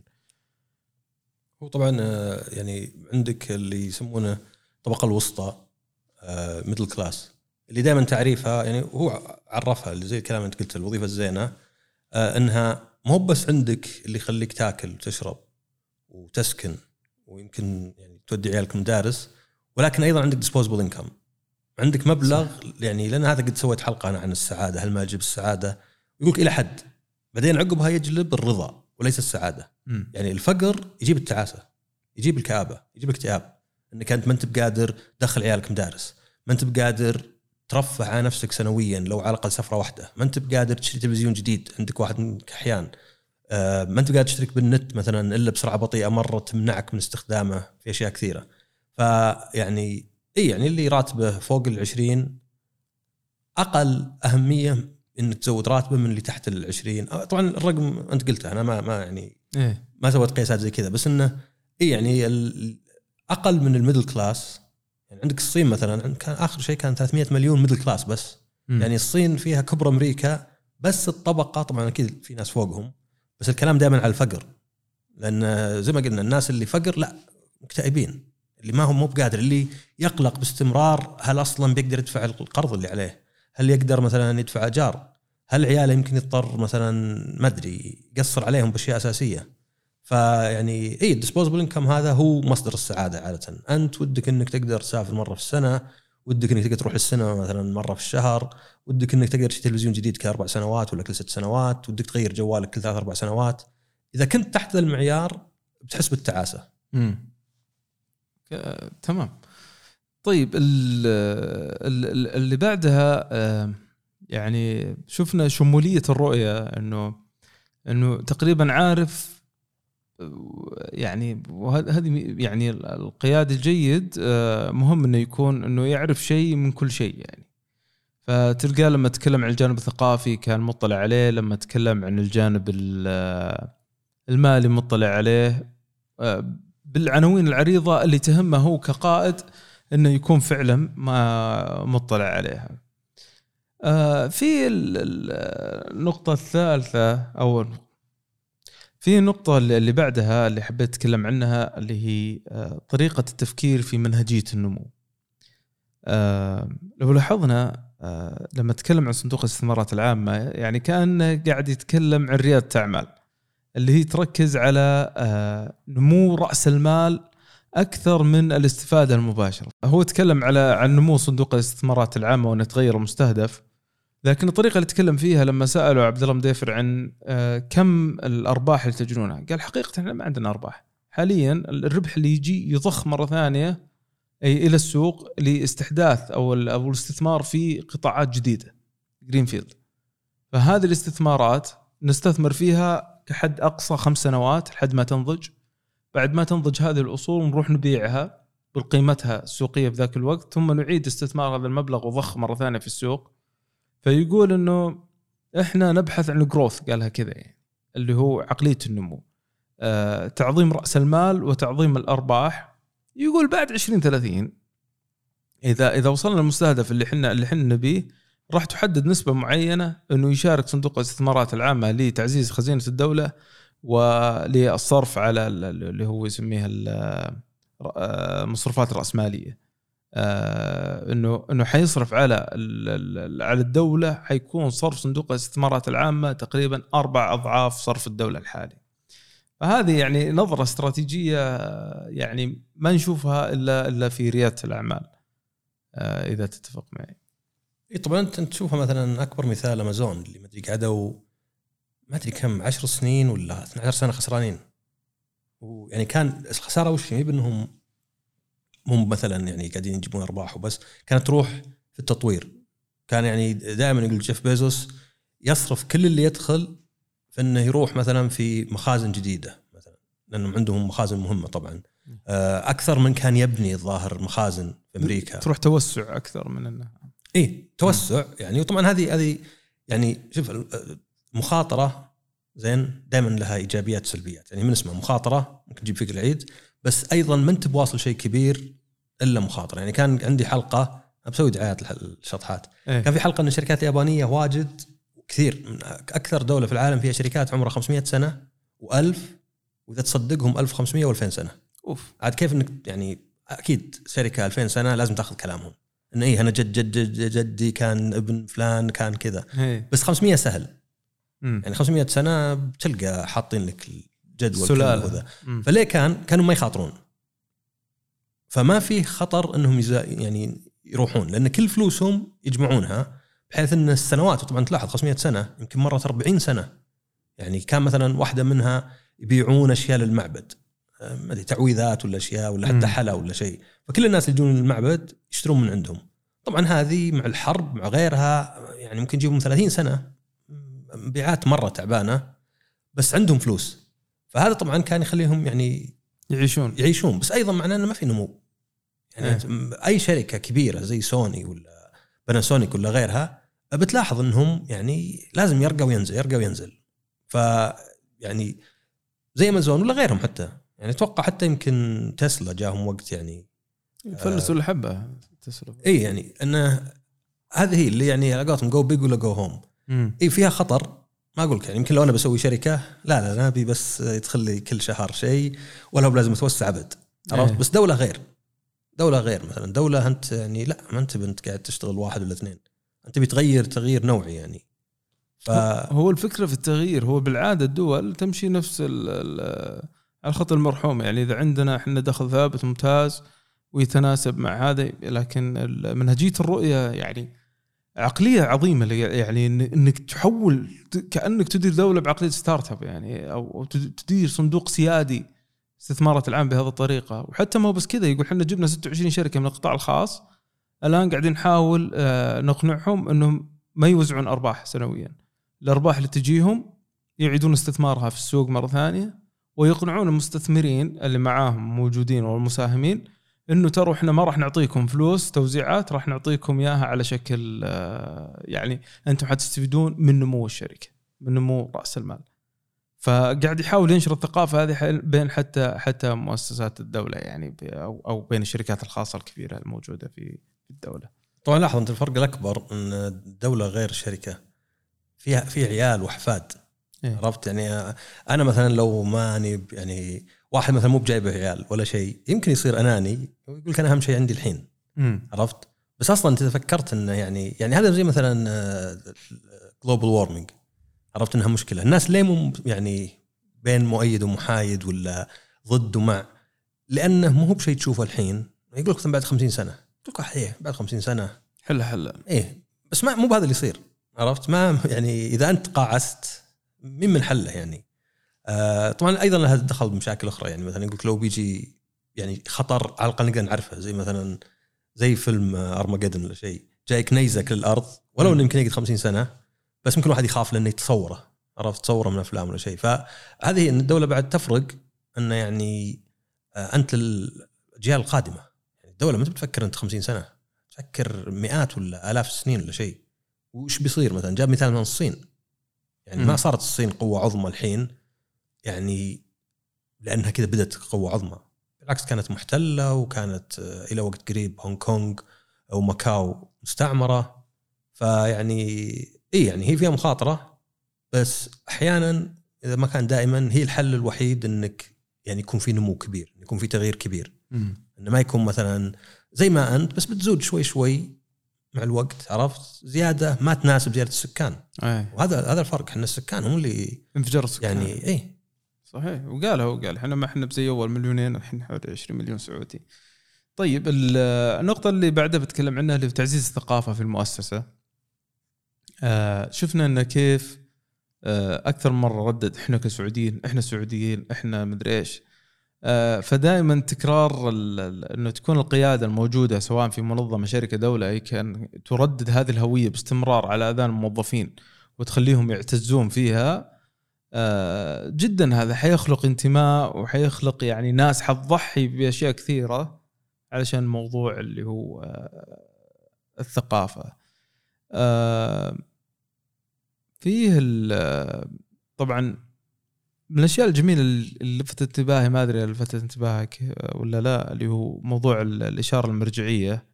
هو طبعا يعني عندك اللي يسمونه الطبقه الوسطى ميدل كلاس اللي دائما تعريفها يعني هو عرفها اللي زي الكلام انت قلت الوظيفه الزينه انها مو بس عندك اللي يخليك تاكل وتشرب وتسكن ويمكن يعني تودي عيالك مدارس، ولكن ايضا عندك disposable income، عندك مبلغ صح. يعني لان هذا قد سويت حلقه انا عن السعاده، هل ما يجلب السعاده؟ يقولك الى حد، بعدين عقبها يجلب الرضا وليس السعاده. م. يعني الفقر يجيب التعاسه، يجيب الكآبه، يجيب الاكتئاب، انك انت ما انت بقادر تدخل عيالك مدارس، ما انت بقادر ترفع على نفسك سنويا لو على الاقل سفره واحده، ما انت بقادر تشتري تلفزيون جديد عندك واحد من كحيان، آه ما انت بقادر تشترك بالنت مثلا الا بسرعه بطيئه مره تمنعك من استخدامه في اشياء كثيره. فيعني اي يعني اللي راتبه فوق العشرين اقل اهميه انك تزود راتبه من اللي تحت العشرين. طبعا الرقم انت قلته انا ما ما يعني إيه؟ ما سويت قياسات زي كذا، بس انه اي يعني اقل من الميدل كلاس. يعني عندك الصين مثلا كان اخر شيء كان ثلاثمية مليون ميدل كلاس بس. م. يعني الصين فيها كبرى امريكا، بس الطبقه طبعا اكيد في ناس فوقهم، بس الكلام دائما على الفقر، لان زي ما قلنا الناس اللي فقر لا مكتئبين، اللي ما هو مو بقادر، اللي يقلق باستمرار هل اصلا بيقدر يدفع القرض اللي عليه، هل يقدر مثلا يدفع اجار، هل عياله يمكن يضطر مثلا ما ادري يقصر عليهم باشياء اساسيه. فيعني اي الديسبوزبل انكم هذا هو مصدر السعاده عاده. انت ودك انك تقدر تسافر مره في السنه، ودك انك تقدر تروح السينما مثلا مره في الشهر، ودك انك تقدر تشتري تلفزيون جديد كل اربع سنوات ولا كل ست سنوات، ودك تغير جوالك كل ثلاث اربع سنوات. اذا كنت تحت المعيار بتحس بالتعاسه. امم تمام. طيب اللي بعدها يعني شفنا شموليه الرؤيه، انه انه تقريبا عارف يعني، وهذه يعني القيادي الجيد مهم انه يكون انه يعرف شيء من كل شيء. يعني فتلقى لما تكلم عن الجانب الثقافي كان مطلع عليه، لما تكلم عن الجانب المالي مطلع عليه، بالعناوين العريضة اللي تهمه هو كقائد انه يكون فعلا ما مطلع عليها. آه في النقطة الثالثة او في النقطة اللي بعدها اللي حبيت اتكلم عنها اللي هي آه طريقة التفكير في منهجية النمو. آه لو لاحظنا آه لما تكلم عن صندوق الاستثمارات العامة يعني كان قاعد يتكلم عن ريادة أعمال اللي هي تركز على آه نمو رأس المال أكثر من الاستفادة المباشرة. هو تكلم على عن نمو صندوق الاستثمارات العامة وأن يتغير المستهدف، لكن الطريقة اللي تكلم فيها لما سألوا عبد الله مديفر عن آه كم الأرباح اللي تجنونها، قال حقيقة احنا ما عندنا أرباح حاليا. الربح اللي يجي يضخ مرة ثانية أي إلى السوق لاستحداث أو أو الاستثمار في قطاعات جديدة جرينفيلد. فهذه الاستثمارات نستثمر فيها كحد أقصى خمس سنوات لحد ما تنضج. بعد ما تنضج هذه الأصول نروح نبيعها بالقيمتها السوقية في ذاك الوقت، ثم نعيد استثمار هذا المبلغ وضخ مرة ثانية في السوق. فيقول إنه إحنا نبحث عن الجروث، قالها كذا يعني اللي هو عقلية النمو، آه تعظيم رأس المال وتعظيم الأرباح. يقول بعد عشرين ثلاثين إذا إذا وصلنا للمستهدف اللي حنا اللي حنا نبيه راح تحدد نسبة معينة إنه يشارك صندوق الاستثمارات العامة لتعزيز خزينة الدولة وللصرف على اللي هو يسميها المصروفات الرأسمالية. إنه إنه حيصرف على على الدولة، حيكون صرف صندوق الاستثمارات العامة تقريبا أربع أضعاف صرف الدولة الحالي. فهذه يعني نظرة استراتيجية يعني ما نشوفها إلا إلا في ريادة الأعمال، إذا تتفق معي. إيه طبعا أنت تشوفها مثلا أكبر مثال أمازون اللي ما أدري قعدوا ما أدري كم عشر سنين ولا اثنتي عشرة سنة خسرانين، ويعني كان الخسارة وش هي بأنهم مو مثلا يعني قاعدين يجيبون أرباح وبس، كانت تروح في التطوير. كان يعني دائما يقول جيف بيزوس يصرف كل اللي يدخل في أنه يروح مثلا في مخازن جديدة مثلا، لأنهم عندهم مخازن مهمة طبعا أكثر من كان يبني الظاهر مخازن في أمريكا. تروح توسع أكثر من أنه إيه توسع يعني. وطبعا هذه هذه يعني شوف مخاطرة زين دائما لها إيجابيات سلبيات. يعني من اسمها مخاطرة ممكن تجيب فيك العيد، بس أيضا ما أنت بواصل شيء كبير إلا مخاطرة. يعني كان عندي حلقة بسوي دعايات الشطحات إيه؟ كان في حلقة أن الشركات اليابانية واجد كثير من أكثر دولة في العالم فيها شركات عمرها خمسمائة سنة وألف، وإذا تصدقهم ألف وخمسمائة وألفين سنة. أوف. عاد كيف إنك يعني أكيد شركة ألفين سنة لازم تأخذ كلامهم إن إيه أنا جد جد جد جدي كان ابن فلان كان كذا إيه؟ بس خمسمائة سهل. مم. يعني خمسمائة سنة بتلقى حاطين لك الجدول كله. فليه كان كانوا ما يخاطرون؟ فما فيه خطر إنهم يزا يعني يروحون، لأن كل فلوسهم يجمعونها بحيث أن السنوات، وطبعا تلاحظ خمسمائة سنة يمكن مرة أربعين سنة. يعني كان مثلا واحدة منها يبيعون أشياء للمعبد، ما أدري تعويذات ولا أشياء ولا حتى حلا ولا شيء، فكل الناس اللي يجون للمعبد يشترون من عندهم. طبعا هذه مع الحرب مع غيرها يعني ممكن يجيبهم ثلاثين سنة مبيعات مرة تعبانة، بس عندهم فلوس. فهذا طبعا كان يخليهم يعني يعيشون يعيشون بس أيضا معناه أنه ما في نمو. يعني اه. أي شركة كبيرة زي سوني ولا باناسونيك ولا غيرها بتلاحظ أنهم يعني لازم يرقى وينزل يرقى وينزل. ف يعني زي أمازون ولا غيرهم حتى، يعني أتوقع حتى يمكن تسلا جاهم وقت يعني فلسوا الحبة تسلا. إيه يعني أنه هذه هي اللي يعني علاقاتهم جو بيج ولا جو هوم. إيه فيها خطر. ما أقولك يعني يمكن لو أنا بسوي شركة لا لا أنا أبي بس يدخل لي كل شهر شيء ولا هو لازم أتوسع أبد عرفت. إيه. بس دولة غير دولة غير مثلا دولة أنت يعني لا ما أنت بنت قاعد تشتغل واحد ولا اثنين، أنت بتغير تغيير نوعي يعني. ف... هو الفكرة في التغيير هو بالعادة الدول تمشي نفس ال الخط المرحوم. يعني إذا عندنا إحنا دخل ثابت ممتاز ويتناسب مع هذا، لكن منهجية الرؤية يعني عقلية عظيمة. يعني إنك تحول كأنك تدير دولة بعقلية ستارت اب يعني، أو تدير صندوق سيادي استثمارات العام بهذه الطريقة. وحتى ما بس كذا، يقول حنا جبنا ستة وعشرين شركة من القطاع الخاص الآن قاعدين نحاول نقنعهم أنهم ما يوزعون أرباح سنويا. الأرباح اللي تجيهم يعيدون استثمارها في السوق مرة ثانية، ويقنعون المستثمرين اللي معاهم موجودين والمساهمين إنه ترى إحنا ما راح نعطيكم فلوس توزيعات، راح نعطيكم إياها على شكل يعني أنتم حتستفيدون من نمو الشركة، من نمو رأس المال. فقاعد يحاول ينشر الثقافة هذه بين حتى حتى مؤسسات الدولة يعني أو أو بين الشركات الخاصة الكبيرة الموجودة في الدولة. طبعا لاحظ أنت الفرق الأكبر أن الدولة غير الشركة فيها في عيال وأحفاد. إيه؟ عرفت يعني أنا مثلا لو ماني يعني واحد مثلا مو بجايبه عيال ولا شيء يمكن يصير أناني ويقول لك أنا أهم شيء عندي الحين. مم. عرفت بس أصلا أنت تفكرت إنه يعني يعني هذا زي مثلا global warming. عرفت إنها مشكلة الناس ليه مو يعني بين مؤيد ومحايد ولا ضد ومع لأنه مو هو بشيء تشوفه الحين يقول لك بعد خمسين سنة تقول إيه بعد خمسين سنة حلا حلا إيه بس ما مو بهذا اللي يصير. عرفت ما يعني إذا أنت قاعست مين من حله يعني. آه طبعا أيضا لها دخل بمشاكل أخرى يعني مثلا يقول لو بيجي يعني خطر على الأقل نقدر نعرفه زي مثلا زي فيلم أرماجدون ولا شيء جايك نيزك للأرض ولو إنه يمكن يقعد خمسين سنة بس ممكن واحد يخاف لأنه يتصوره. عرفت تصوره من أفلام ولا شيء. فهذه إن الدولة بعد تفرق إنه يعني آه أنت الأجيال القادمة يعني الدولة ما تفكر أنت خمسين سنة تفكر مئات ولا آلاف السنين ولا شيء. وش بيصير مثلا جاب مثال من الصين يعني م. ما صارت الصين قوة عظمى الحين يعني لأنها كذا بدت قوة عظمى بالعكس كانت محتلة وكانت إلى وقت قريب هونغ كونغ أو ماكاو مستعمرة. فيعني إيه يعني هي فيها مخاطرة بس أحيانا إذا ما كان دائما هي الحل الوحيد إنك يعني يكون في نمو كبير يكون في تغيير كبير. م. إنه ما يكون مثلا زي ما أنت بس بتزود شوي شوي مع الوقت. عرفت زيادة ما تناسب زيادة السكان. أي. وهذا هذا الفرق احنا السكان هم اللي انفجار السكان يعني ايه صحيح. وقالها وقال احنا ما احنا بزي اول مليونين الحين حوالي عشرين مليون سعودي. طيب النقطة اللي بعدها بتكلم عنها اللي تعزيز الثقافة في المؤسسة. آه شفنا انه كيف آه اكثر مرة ردد احنا كسعوديين احنا سعوديين احنا مدري ايش. آه فدائما تكرار انه تكون القيادة الموجودة سواء في منظمة شركة دولة اي كان تردد هذه الهوية باستمرار على اذان الموظفين وتخليهم يعتزون فيها. آه جدا هذا حيخلق انتماء وحيخلق يعني ناس حتضحي بأشياء كثيرة علشان الموضوع اللي هو آه الثقافة. آه فيه طبعا من الأشياء الجميلة اللي لفتت انتباهي ما أدري لفتت انتباهك ولا لا اللي هو موضوع الإشارة المرجعية.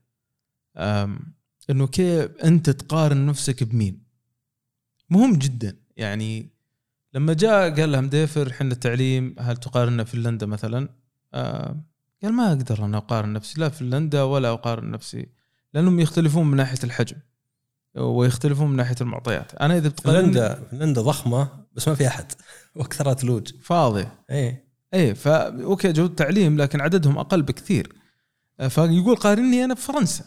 إنه كيف أنت تقارن نفسك بمين مهم جدا يعني. لما جاء قال لهم ديفر حنا التعليم هل تقارننا فنلندا مثلا آه قال ما أقدر أنا أقارن نفسي لا فنلندا ولا أقارن نفسي لأنهم يختلفون من ناحية الحجم ويختلفون من ناحية المعطيات. أنا إذا فنلندا فنلندا ضخمة بس ما في أحد وأكثرها ثلوج فاضي إيه إيه فا أوكي جودة تعليم لكن عددهم أقل بكثير. فيقول قارني أنا بفرنسا.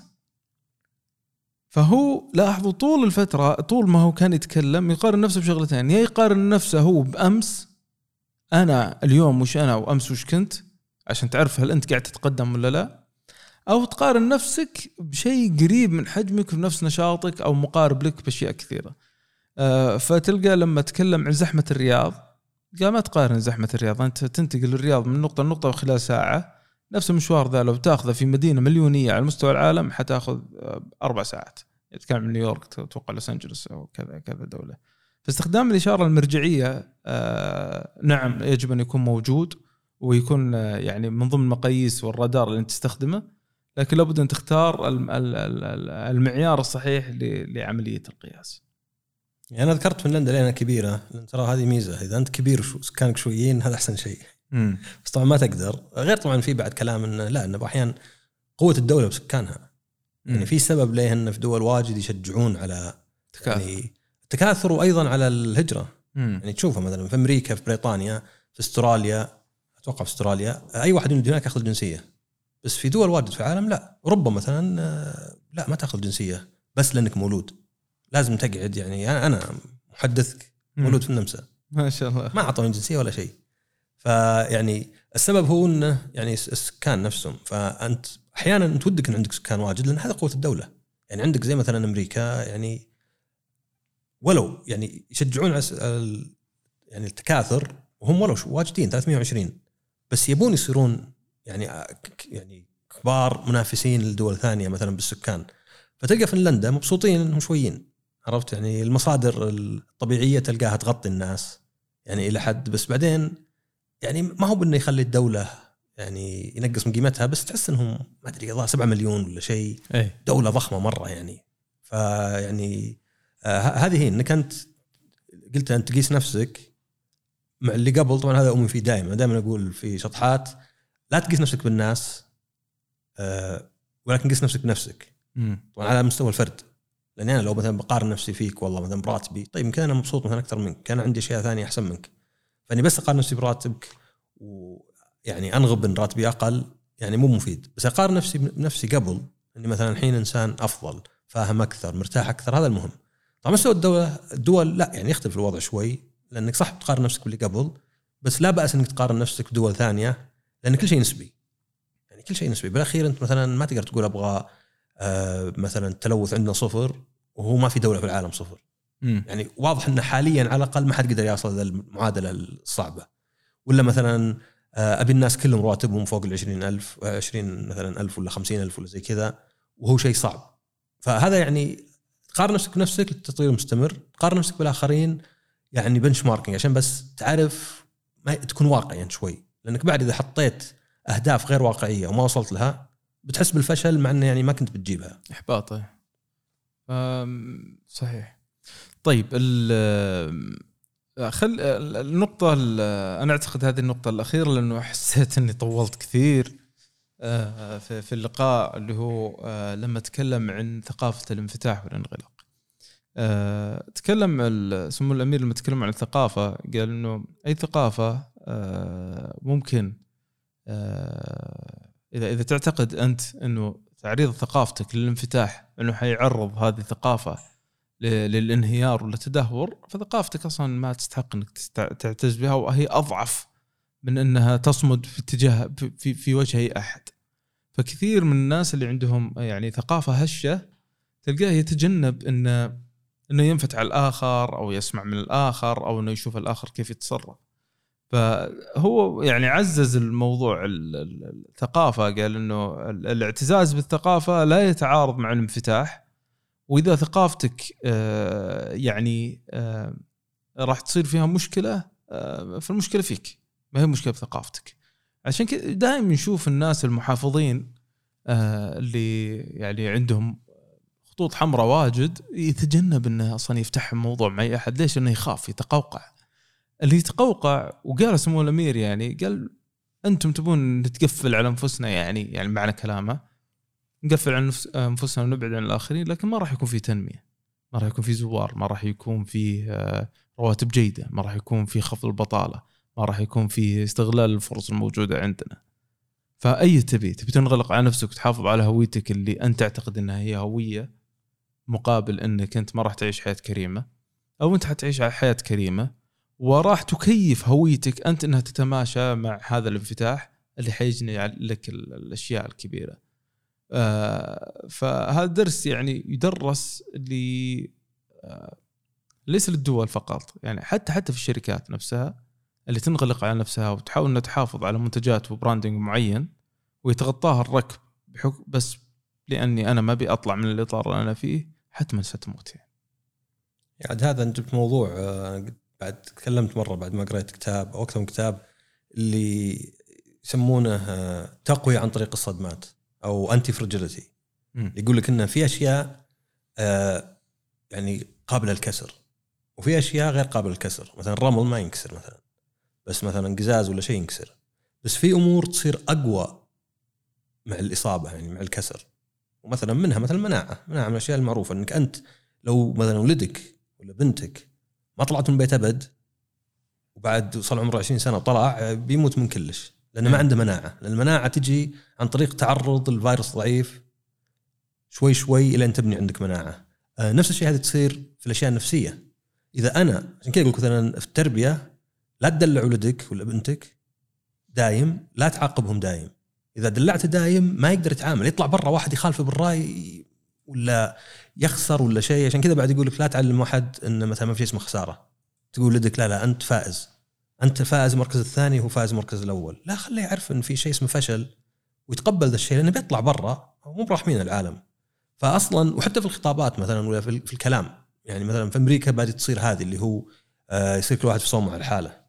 فهو لاحظوا طول الفترة طول ما هو كان يتكلم يقارن نفسه بشغلتين يا يقارن نفسه هو بأمس أنا اليوم وش أنا وأمس وش كنت عشان تعرف هل أنت قاعد تتقدم ولا لا أو تقارن نفسك بشيء قريب من حجمك ونفس نشاطك أو مقارب لك بأشياء كثيرة. آه فتلقى لما تكلم عن زحمة الرياض قال ما تقارن زحمة الرياض أنت تنتقل الرياض من نقطة لنقطة وخلال ساعة نفس المشوار ذا لو تأخذه في مدينة مليونية على مستوى العالم حتأخذ أربع ساعات. يتكلم من نيويورك توقع لوس أنجلوس أو كذا كذا دولة. فاستخدام الإشارة المرجعية آه نعم يجب أن يكون موجود ويكون آه يعني من ضمن المقاييس والرادار اللي أنت تستخدمه لكن لابد أن تختار المعيار الصحيح لعملية القياس. يعني أنا ذكرت فنلندا لأنها كبيرة لأن ترى هذه ميزة إذا أنت كبير سكانك شويين هذا أحسن شيء. مم. بس طبعا ما تقدر غير طبعا في بعد كلام إنه لا إنه أحيانا قوة الدولة بسكانها. مم. يعني في سبب ليه إن في دول واجد يشجعون على تكاثر يعني تكاثر وأيضا على الهجرة. مم. يعني تشوفها مثلا في أمريكا في بريطانيا في استراليا أتوقع في استراليا أي واحد من هناك يأخذ جنسية بس في دول واجد في العالم لا. أوروبا مثلا لا ما تأخذ جنسية بس لأنك مولود لازم تقعد يعني أنا محدثك مولود في النمسا ما شاء الله ما أعطوني جنسية ولا شيء. فيعني السبب هو إنه يعني السكان نفسهم. فأنت أحيانا أنت ودك إن عندك سكان واجد لأن هذا قوة الدولة. يعني عندك زي مثلا أمريكا يعني ولو يعني يشجعون على يعني التكاثر وهم ولو واجدين ثلاثمائة وعشرين بس يبون يصيرون يعني يعني كبار منافسين لدول ثانية مثلا بالسكان. فتلقى فنلندا مبسوطين إنهم شويين. عرفت يعني المصادر الطبيعية تلقاها تغطي الناس يعني الى حد، بس بعدين يعني ما هو بانه يخلي الدوله يعني ينقص من قيمتها، بس تحس انهم ما ادري والله سبعة مليون ولا شيء، دوله ضخمه مره يعني. فيعني آه هذه هي انك انت قلت انت تقيس نفسك مع اللي قبل. طبعا هذا أؤمن فيه دائما، دائما أقول في شطحات لا تقيس نفسك بالناس أه ولكن قيس نفسك بنفسك. مم. طبعا على مستوى الفرد، لأن أنا لو مثلا بقارن نفسي فيك والله مثلا براتبي، طيب يمكن أنا مبسوط مثلا أكثر منك، كان عندي أشياء ثانية أحسن منك، فأني بس أقارن نفسي براتبك ويعني أنغب إن راتبي أقل يعني مو مفيد. بس أقارن نفسي بنفسي قبل، إني مثلا الحين إنسان أفضل، فاهم أكثر، مرتاح أكثر، هذا المهم. طبعا مستوى الدولة الدول لا يعني يختلف الوضع شوي، لأنك صح تقارن نفسك باللي قبل، بس لا بأس إنك تقارن نفسك بدول ثانية، لأن كل شيء نسبي. يعني كل شيء نسبي. بالأخير أنت مثلا ما تقدر تقول أبغى آه مثلا التلوث عندنا صفر وهو ما في دولة في العالم صفر. مم. يعني واضح إن حاليا على الأقل ما حد قدر يصل للمعادلة الصعبة. ولا مثلا آه أبي الناس كلهم رواتبهم فوق العشرين ألف عشرين مثلا ألف ولا خمسين ألف ولا زي كذا، وهو شيء صعب. فهذا يعني تقارن نفسك بنفسك للتطوير المستمر، تقارن نفسك بالآخرين يعني بنش ماركينج عشان بس تعرف ما تكون واقعي يعني شوي. لأنك بعد إذا حطيت أهداف غير واقعية وما وصلت لها بتحس بالفشل، مع أنه يعني ما كنت بتجيبها. إحباطه. صحيح. طيب خل النقطة أنا أعتقد هذه النقطة الأخيرة، لأنه حسيت أني طولت كثير في اللقاء، اللي هو لما تكلم عن ثقافة الانفتاح والانغلاق. أه تكلم سمو الأمير لما تكلم عن الثقافة، قال إنه أي ثقافة أه ممكن أه إذا إذا تعتقد أنت إنه تعريض ثقافتك للانفتاح إنه حيعرض هذه الثقافة للانهيار ولا تدهور، فثقافتك أصلاً ما تستحق إنك تعتز بها، وهي أضعف من إنها تصمد في اتجاه في في وجه أي أحد. فكثير من الناس اللي عندهم يعني ثقافة هشة تلقاه يتجنب إنه إنه ينفتح على الآخر أو يسمع من الآخر أو إنه يشوف الآخر كيف يتصرف. فهو يعني عزز الموضوع الثقافة، قال إنه الاعتزاز بالثقافة لا يتعارض مع الانفتاح، وإذا ثقافتك يعني راح تصير فيها مشكلة، فالمشكلة فيك ما هي مشكلة بثقافتك. عشان كده دائما نشوف الناس المحافظين اللي يعني عندهم خطوط حمراء واجد يتجنب انه اصلا يفتح موضوع مع اي احد. ليش؟ انه يخاف يتقوقع. اللي يتقوقع، وقال سمو الامير يعني قال انتم تبون نتقفل على انفسنا، يعني يعني معنى كلامه نقفل عن انفسنا ونبعد عن الاخرين، لكن ما راح يكون في تنميه، ما راح يكون في زوار، ما راح يكون في رواتب جيده، ما راح يكون في خفض البطاله، ما راح يكون في استغلال الفرص الموجوده عندنا. فاي تبي تبي تنغلق على نفسك وتحافظ على هويتك اللي انت تعتقد انها هي هويه، مقابل انك انت ما راح تعيش حياه كريمه، او انت حتعيش حياه كريمه وراح تكيف هويتك انت انها تتماشى مع هذا الانفتاح اللي حيجني لك الاشياء الكبيره. آه فهذا درس يعني يدرس اللي آه ليس للدول فقط، يعني حتى حتى في الشركات نفسها اللي تنغلق على نفسها وتحاول انها تحافظ على منتجات وبراندنج معين ويتغطاها الركب بحكم بس لاني انا ما ابي اطلع من الاطار اللي انا فيه، حتما ستموت. يعني هذا جبت موضوع بعد تكلمت مره بعد ما قرأت كتاب او اكثر من كتاب اللي يسمونه تقوية عن طريق الصدمات او انتي فرجيليتي، يقول لك انه في اشياء يعني قابله للكسر وفي اشياء غير قابله للكسر. مثلا الرمل ما ينكسر مثلا، بس مثلا قزاز ولا شيء ينكسر. بس في امور تصير اقوى مع الاصابه يعني مع الكسر. ومثلا منها مثلا المناعه، مناعه من الاشياء المعروفه انك انت لو مثلا ولدك ولا بنتك ما طلعت من بيت ابد وبعد وصل عمره عشرين سنه وطلع بيموت من كلش، لانه ما عنده مناعه. لان المناعه تجي عن طريق تعرض الفيروس ضعيف شوي شوي الى ان تبني عندك مناعه. آه نفس الشيء هذا تصير في الاشياء النفسيه. اذا انا عشان كذا اقول مثلا في التربيه لا تدلع ولدك ولا بنتك دايم، لا تعاقبهم دايم. اذا دلعته دايم ما يقدر يتعامل، يطلع برا واحد يخالفه بالراي ولا يخسر ولا شيء. عشان كذا بعد يقول لك لا تعلم واحد ان مثلا ما في اسمه خساره، تقول لدك لا لا انت فائز، انت فائز المركز الثاني وهو فائز المركز الاول. لا، خليه يعرف ان في شيء اسمه فشل ويتقبل ذا الشيء، لانه بيطلع برا مو برحمين العالم. فاصلا وحتى في الخطابات مثلا ولا في الكلام، يعني مثلا في امريكا بعد تصير هذه اللي هو آه يصير كل واحد في صومه على حاله.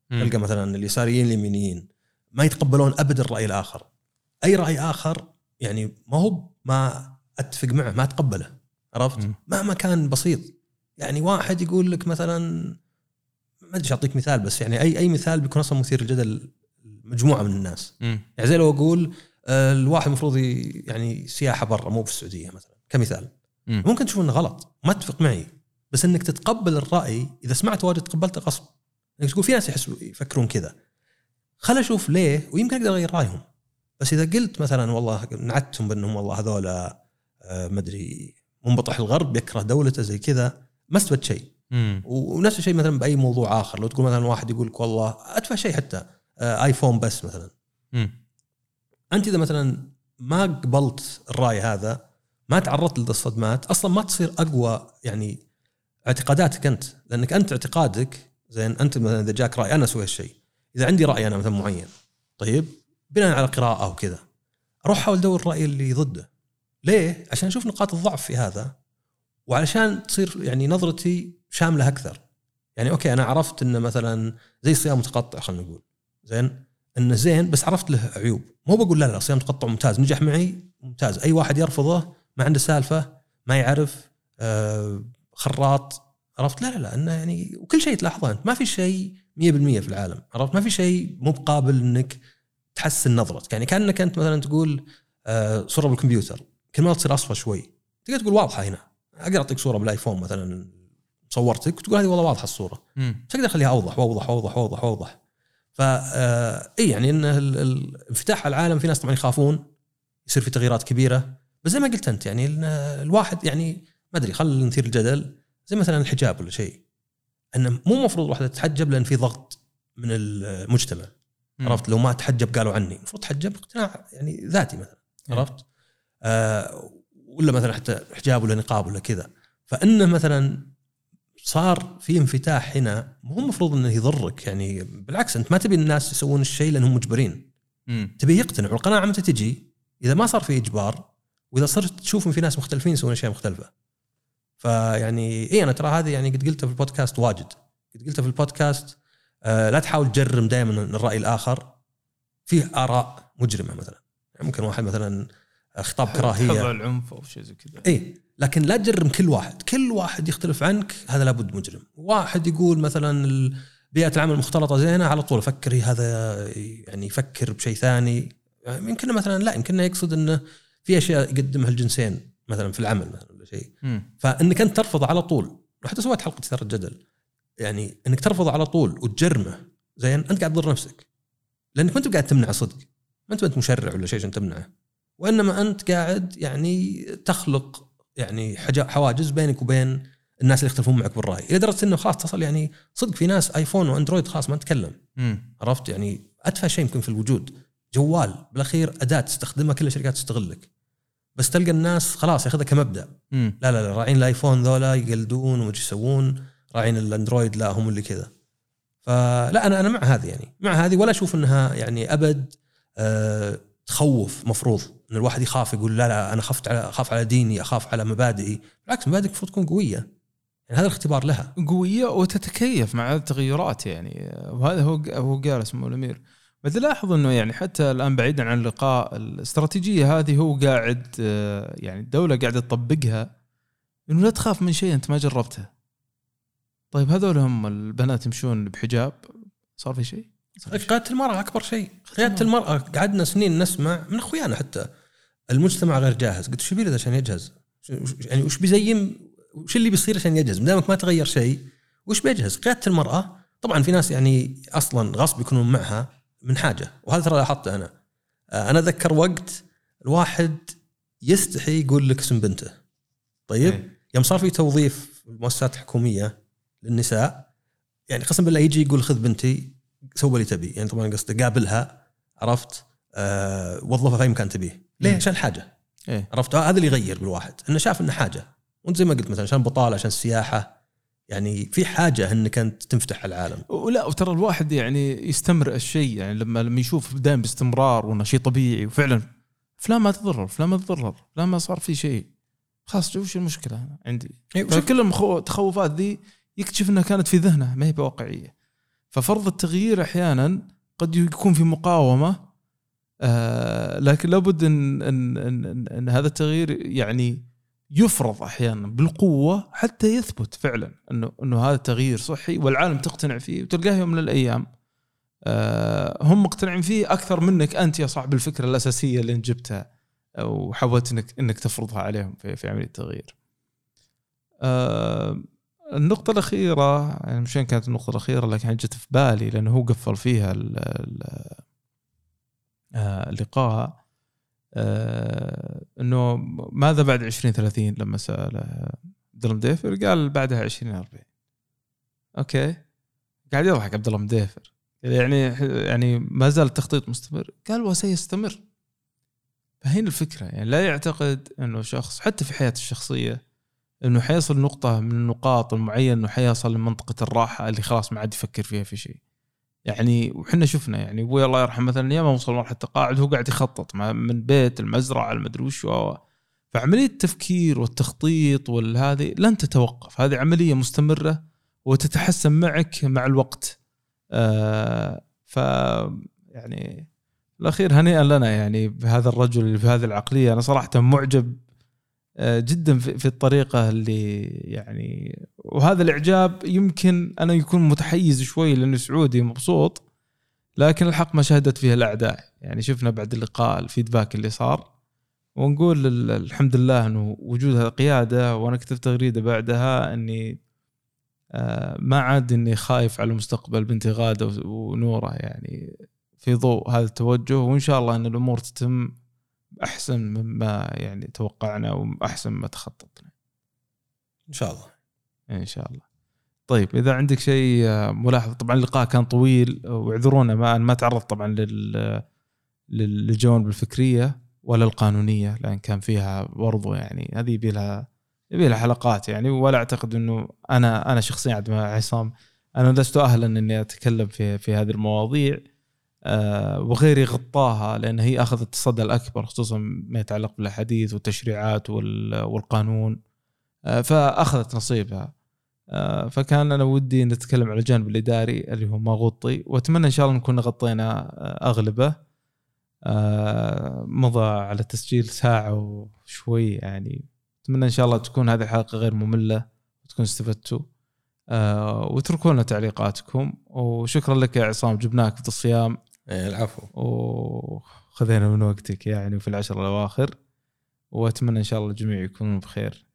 تلقى مثلا اليساريين اليمينيين ما يتقبلون ابدا الراي الاخر، اي راي اخر يعني ما هو ما اتفق معه ما اتقبله، عرفت؟ مهما كان بسيط. يعني واحد يقول لك مثلا، ما ادري اعطيك مثال بس يعني اي اي مثال بيكون اصلا مثير للجدل مجموعه من الناس. م. يعني زي لو اقول آه الواحد المفروض يعني سياحه برا مو في السعوديه مثلا كمثال، م. ممكن تشوف انه غلط ما تتفق معي، بس انك تتقبل الراي اذا سمعت واجد تقبلته غصب. انك تقول في ناس يحسوا يفكرون كذا، خل اشوف ليه ويمكن اقدر اغير رايهم. بس اذا قلت مثلا والله نعتهم بانهم والله هذولا آه ما ادري منبطح الغرب يكره دولته زي كذا، ما استفدت شيء. ونفس الشيء مثلا باي موضوع اخر، لو تقول مثلا واحد يقول لك والله ادفع شيء حتى آه ايفون بس مثلا، م. انت اذا مثلا ما قبلت الراي هذا ما تعرضت للصدمات اصلا ما تصير اقوى يعني اعتقاداتك انت، لانك انت اعتقادك زين. انت مثلا اذا جاك راي انا اسوي هالشيء، اذا عندي راي انا مثلا معين طيب بناء على قراءه وكذا اروح احاول ادور الراي اللي ضده. ليه؟ عشان اشوف نقاط الضعف في هذا، وعلشان تصير يعني نظرتي شامله اكثر. يعني اوكي انا عرفت انه مثلا زي الصيام متقطع خلينا نقول زين، انه زين بس عرفت له عيوب، مو بقول لا لا الصيام متقطع ممتاز نجح معي ممتاز. اي واحد يرفضه ما عنده سالفه ما يعرف آه خراط، عرفت؟ لا لا لا انه يعني وكل شيء تلاحظه انت ما في شيء مية بالمية في العالم، عرفت؟ ما في شيء مو بقابل انك تحسن نظرتك. يعني كانك انت مثلا تقول آه صوره بالكمبيوتر كل ما تصير اصفى شوي تقدر تقول واضحه. هنا اقدر اعطيك صوره بالايفون مثلا صورتك وتقول هذه والله واضحه الصوره، بس اقدر اخليها اوضح واوضح واوضح واوضح واوضح. فا اي يعني ان الانفتاح على العالم في ناس طبعا يخافون يصير في تغييرات كبيره، بس زي ما قلت انت يعني الواحد يعني ما ادري خل نثير الجدل زي مثلا الحجاب ولا شيء، انه مو مفروض واحده تتحجب لان في ضغط من المجتمع، عرفت؟ لو ما تحجب قالوا عني، المفروض تحجب اقتناع يعني ذاتي مثلا، عرفت؟ آه ولا مثلا حتى حجاب ولا نقاب ولا كذا. فانه مثلا صار في انفتاح هنا مو مفروض انه يضرك، يعني بالعكس انت ما تبي الناس يسوون الشيء لانهم مجبرين، تبي يقتنعوا. القناعه متى تجي؟ اذا ما صار في اجبار، واذا صرت تشوف ان في ناس مختلفين يسوون اشياء مختلفه. فيعني ايه انا ترى هذه يعني قد قلتها في البودكاست واجد، قد قلتها في البودكاست آه لا تحاول تجرم دائما الراي الاخر، فيه اراء مجرمه مثلا، يعني ممكن واحد مثلا خطاب كراهيه تحضر العنف او شيء زي كذا، اي لكن لا تجرم كل واحد. كل واحد يختلف عنك هذا لابد مجرم. واحد يقول مثلا بيئه العمل المختلطه زينه على طول فكري هذا يعني يفكر بشيء ثاني. يعني يمكن مثلا لا يمكن يقصد انه في اشياء يقدمها الجنسين مثلا في العمل مثلا ولا شيء، فانك انت ترفض على طول. وحتى سويت حلقه اثاره الجدل، يعني انك ترفض على طول وتجرمه زين، انت قاعد تضر نفسك، لانك ما انت قاعد تمنع صدق، ما انت انت مشرع ولا شيء عشان تمنعه، وانما انت قاعد يعني تخلق يعني حواجز بينك وبين الناس اللي يختلفون معك بالراي، الى درجه انه خلاص تصل يعني صدق في ناس ايفون واندرويد خلاص ما نتكلم، عرفت؟ يعني اتفه شيء يمكن في الوجود جوال بالاخير اداه تستخدمها كل الشركات تستغلك، بس تلقى الناس خلاص ياخذها كمبدا. مم. لا لا لا راعين الايفون ذولا يقلدون وما يسوون، راعين الاندرويد لا هم اللي كذا. فلا انا انا مع هذه، يعني مع هذه، ولا اشوف انها يعني ابد أه تخوف. مفروض ان الواحد يخاف يقول لا لا انا خفت على اخاف على ديني، اخاف على مبادئي. بالعكس مبادئك المفروض تكون قويه، يعني هذا الاختبار لها قويه وتتكيف مع التغيرات يعني. وهذا هو هو قال اسمه الامير. بدي لاحظ انه يعني حتى الان بعيدا عن اللقاء، الاستراتيجيه هذه هو قاعد يعني الدوله قاعده تطبقها، انه لا تخاف من شيء انت ما جربته. طيب هذول هم البنات يمشون بحجاب، صار في شيء؟ قيادة المرأة أكبر شيء. قيادة المرأة قعدنا سنين نسمع من أخويانا حتى المجتمع غير جاهز. قلت شو بيرد عشان يجهز؟ يعني وش بيزيم؟ وش اللي بيصير عشان يجهز؟ مدامك ما تغير شيء وش بيجهز؟ قيادة المرأة طبعا في ناس يعني أصلا غصب يكونون معها من حاجة، وهذا ترى لاحظته أنا. أنا أذكر وقت الواحد يستحي يقول لك اسم بنته. طيب يوم صار في توظيف المؤسسات الحكومية للنساء، يعني قسم بالله يجي يقول خذ بنتي سوي اللي تبي، يعني طبعا قصده قابلها، عرفت؟ أه وظفها في أي مكان تبيه. ليه؟ عشان الحاجة. إيه؟ عرفت؟ هذا اللي يغير بالواحد، إنه شاف إنه حاجة. وانت زي ما قلت مثلا عشان بطالة، عشان السياحة، يعني في حاجة إنك أنت تنفتح العالم. ولا وترى الواحد يعني يستمر الشيء، يعني لما لما يشوف دائما باستمرار وإنه شيء طبيعي، وفعلا فلا ما تضرر فلا ما تضرر فلا ما صار في شيء، خلاص شوف المشكلة عندي. فكل التخوفات ذي يكتشف إنها كانت في ذهنه ما هي بواقعية. ففرض التغيير أحيانا قد يكون في مقاومة، آه لكن لابد إن, إن, إن, إن, إن هذا التغيير يعني يفرض أحيانا بالقوة حتى يثبت فعلا إنه إنه هذا التغيير صحي والعالم تقتنع فيه، وتلقاه يوم من الأيام آه هم مقتنعين فيه أكثر منك أنت يا صاحب الفكرة الأساسية اللي جبتها وحاولت إنك إنك تفرضها عليهم في في عملية التغيير. آه النقطة الأخيرة يعني مشان كانت النقطة الأخيرة لكن جت في بالي لأنه هو قفل فيها اللقاء، آه إنه ماذا بعد عشرين ثلاثين لما سأل عبد الله مديفر قال بعدها عشرين أربعين. أوكي قاعد يضحك عبد الله مديفر يعني يعني ما زال التخطيط مستمر، قال وسيستمر. فهنا الفكرة يعني لا يعتقد إنه شخص حتى في حياته الشخصية إنه حيصل نقطة من النقاط المعينة إنه حيصل لمنطقة الراحة اللي خلاص ما عاد يفكر فيها في شيء. يعني وحنا شفنا يعني أبوي الله يرحمه مثلا يوم وصل مرحلة التقاعد هو قاعد يخطط من بيت المزرعة المدري وش، فعملية التفكير والتخطيط والهذه لن تتوقف، هذه عملية مستمرة وتتحسن معك مع الوقت. آه ف يعني الأخير هنيئا لنا يعني بهذا الرجل اللي بهذه العقلية. أنا صراحة معجب جدا في الطريقة اللي يعني، وهذا الإعجاب يمكن أنا يكون متحيز شوي لأنه سعودي مبسوط، لكن الحق ما شهدت فيها الأعداء. يعني شفنا بعد اللقاء الفيدباك اللي صار، ونقول الحمد لله أنه وجودها قيادة. وأنا كتبت تغريدة بعدها أني ما عاد أني خايف على مستقبل بنتي غادة ونورة يعني في ضوء هذا التوجه، وإن شاء الله أن الأمور تتم أحسن مما يعني توقعنا وأحسن ما تخططنا إن شاء الله. إن شاء الله. طيب إذا عندك شيء ملاحظ، طبعا اللقاء كان طويل واعذرونا ما ما تعرض طبعا لل للجوانب الفكرية ولا القانونية لأن كان فيها برضو يعني هذه يبي لها يبي لها حلقات يعني. ولا أعتقد إنه أنا أنا شخصيا عند مع عصام أنا لست أهلا إني أتكلم في في هذه المواضيع، أه وغيري غطاها لأن هي أخذت الصدى الأكبر خصوصا ما يتعلق بالحديث والتشريعات والقانون، أه فأخذت نصيبها. أه فكان أنا ودي نتكلم على الجانب الإداري اللي هو ما غطي، وأتمنى إن شاء الله نكون غطينا أغلبه. أه مضى على تسجيل ساعة وشوي يعني، أتمنى إن شاء الله تكون هذه الحلقة غير مملة وتكون استفدتوا. أه وتركونا تعليقاتكم، وشكرا لك يا عصام جبناك في الصيام. العفو، وخذينا من وقتك يعني في العشر الأواخر، وأتمنى إن شاء الله الجميع يكونوا بخير.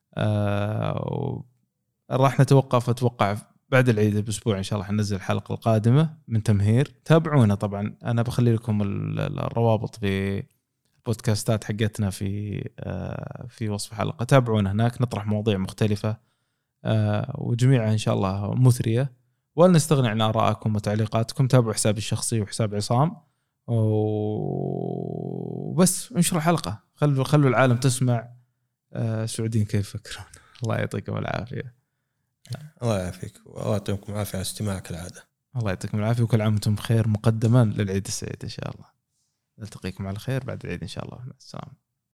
آه راح نتوقف أتوقع بعد العيد بأسبوع إن شاء الله حننزل الحلقة القادمة من تمهير. تابعونا طبعا، أنا بخلي لكم الروابط في بودكاستات حقتنا في آه في وصف الحلقة، تابعونا هناك نطرح مواضيع مختلفة آه وجميعها إن شاء الله مثرية، ولا نستغني عن آرائكم وتعليقاتكم. تابعوا حسابي الشخصي وحساب عصام وبس انشروا الحلقة، خلوا خلوا العالم تسمع آه سعوديين كيف يفكرون. الله يعطيكم العافية. الله يعافيك والله يعطيكم العافية على استماعك العادة. الله يعطيكم العافية وكل عام وانتم بخير مقدما للعيد السعيد إن شاء الله. نلتقيكم على خير بعد العيد إن شاء الله. مع السلامة.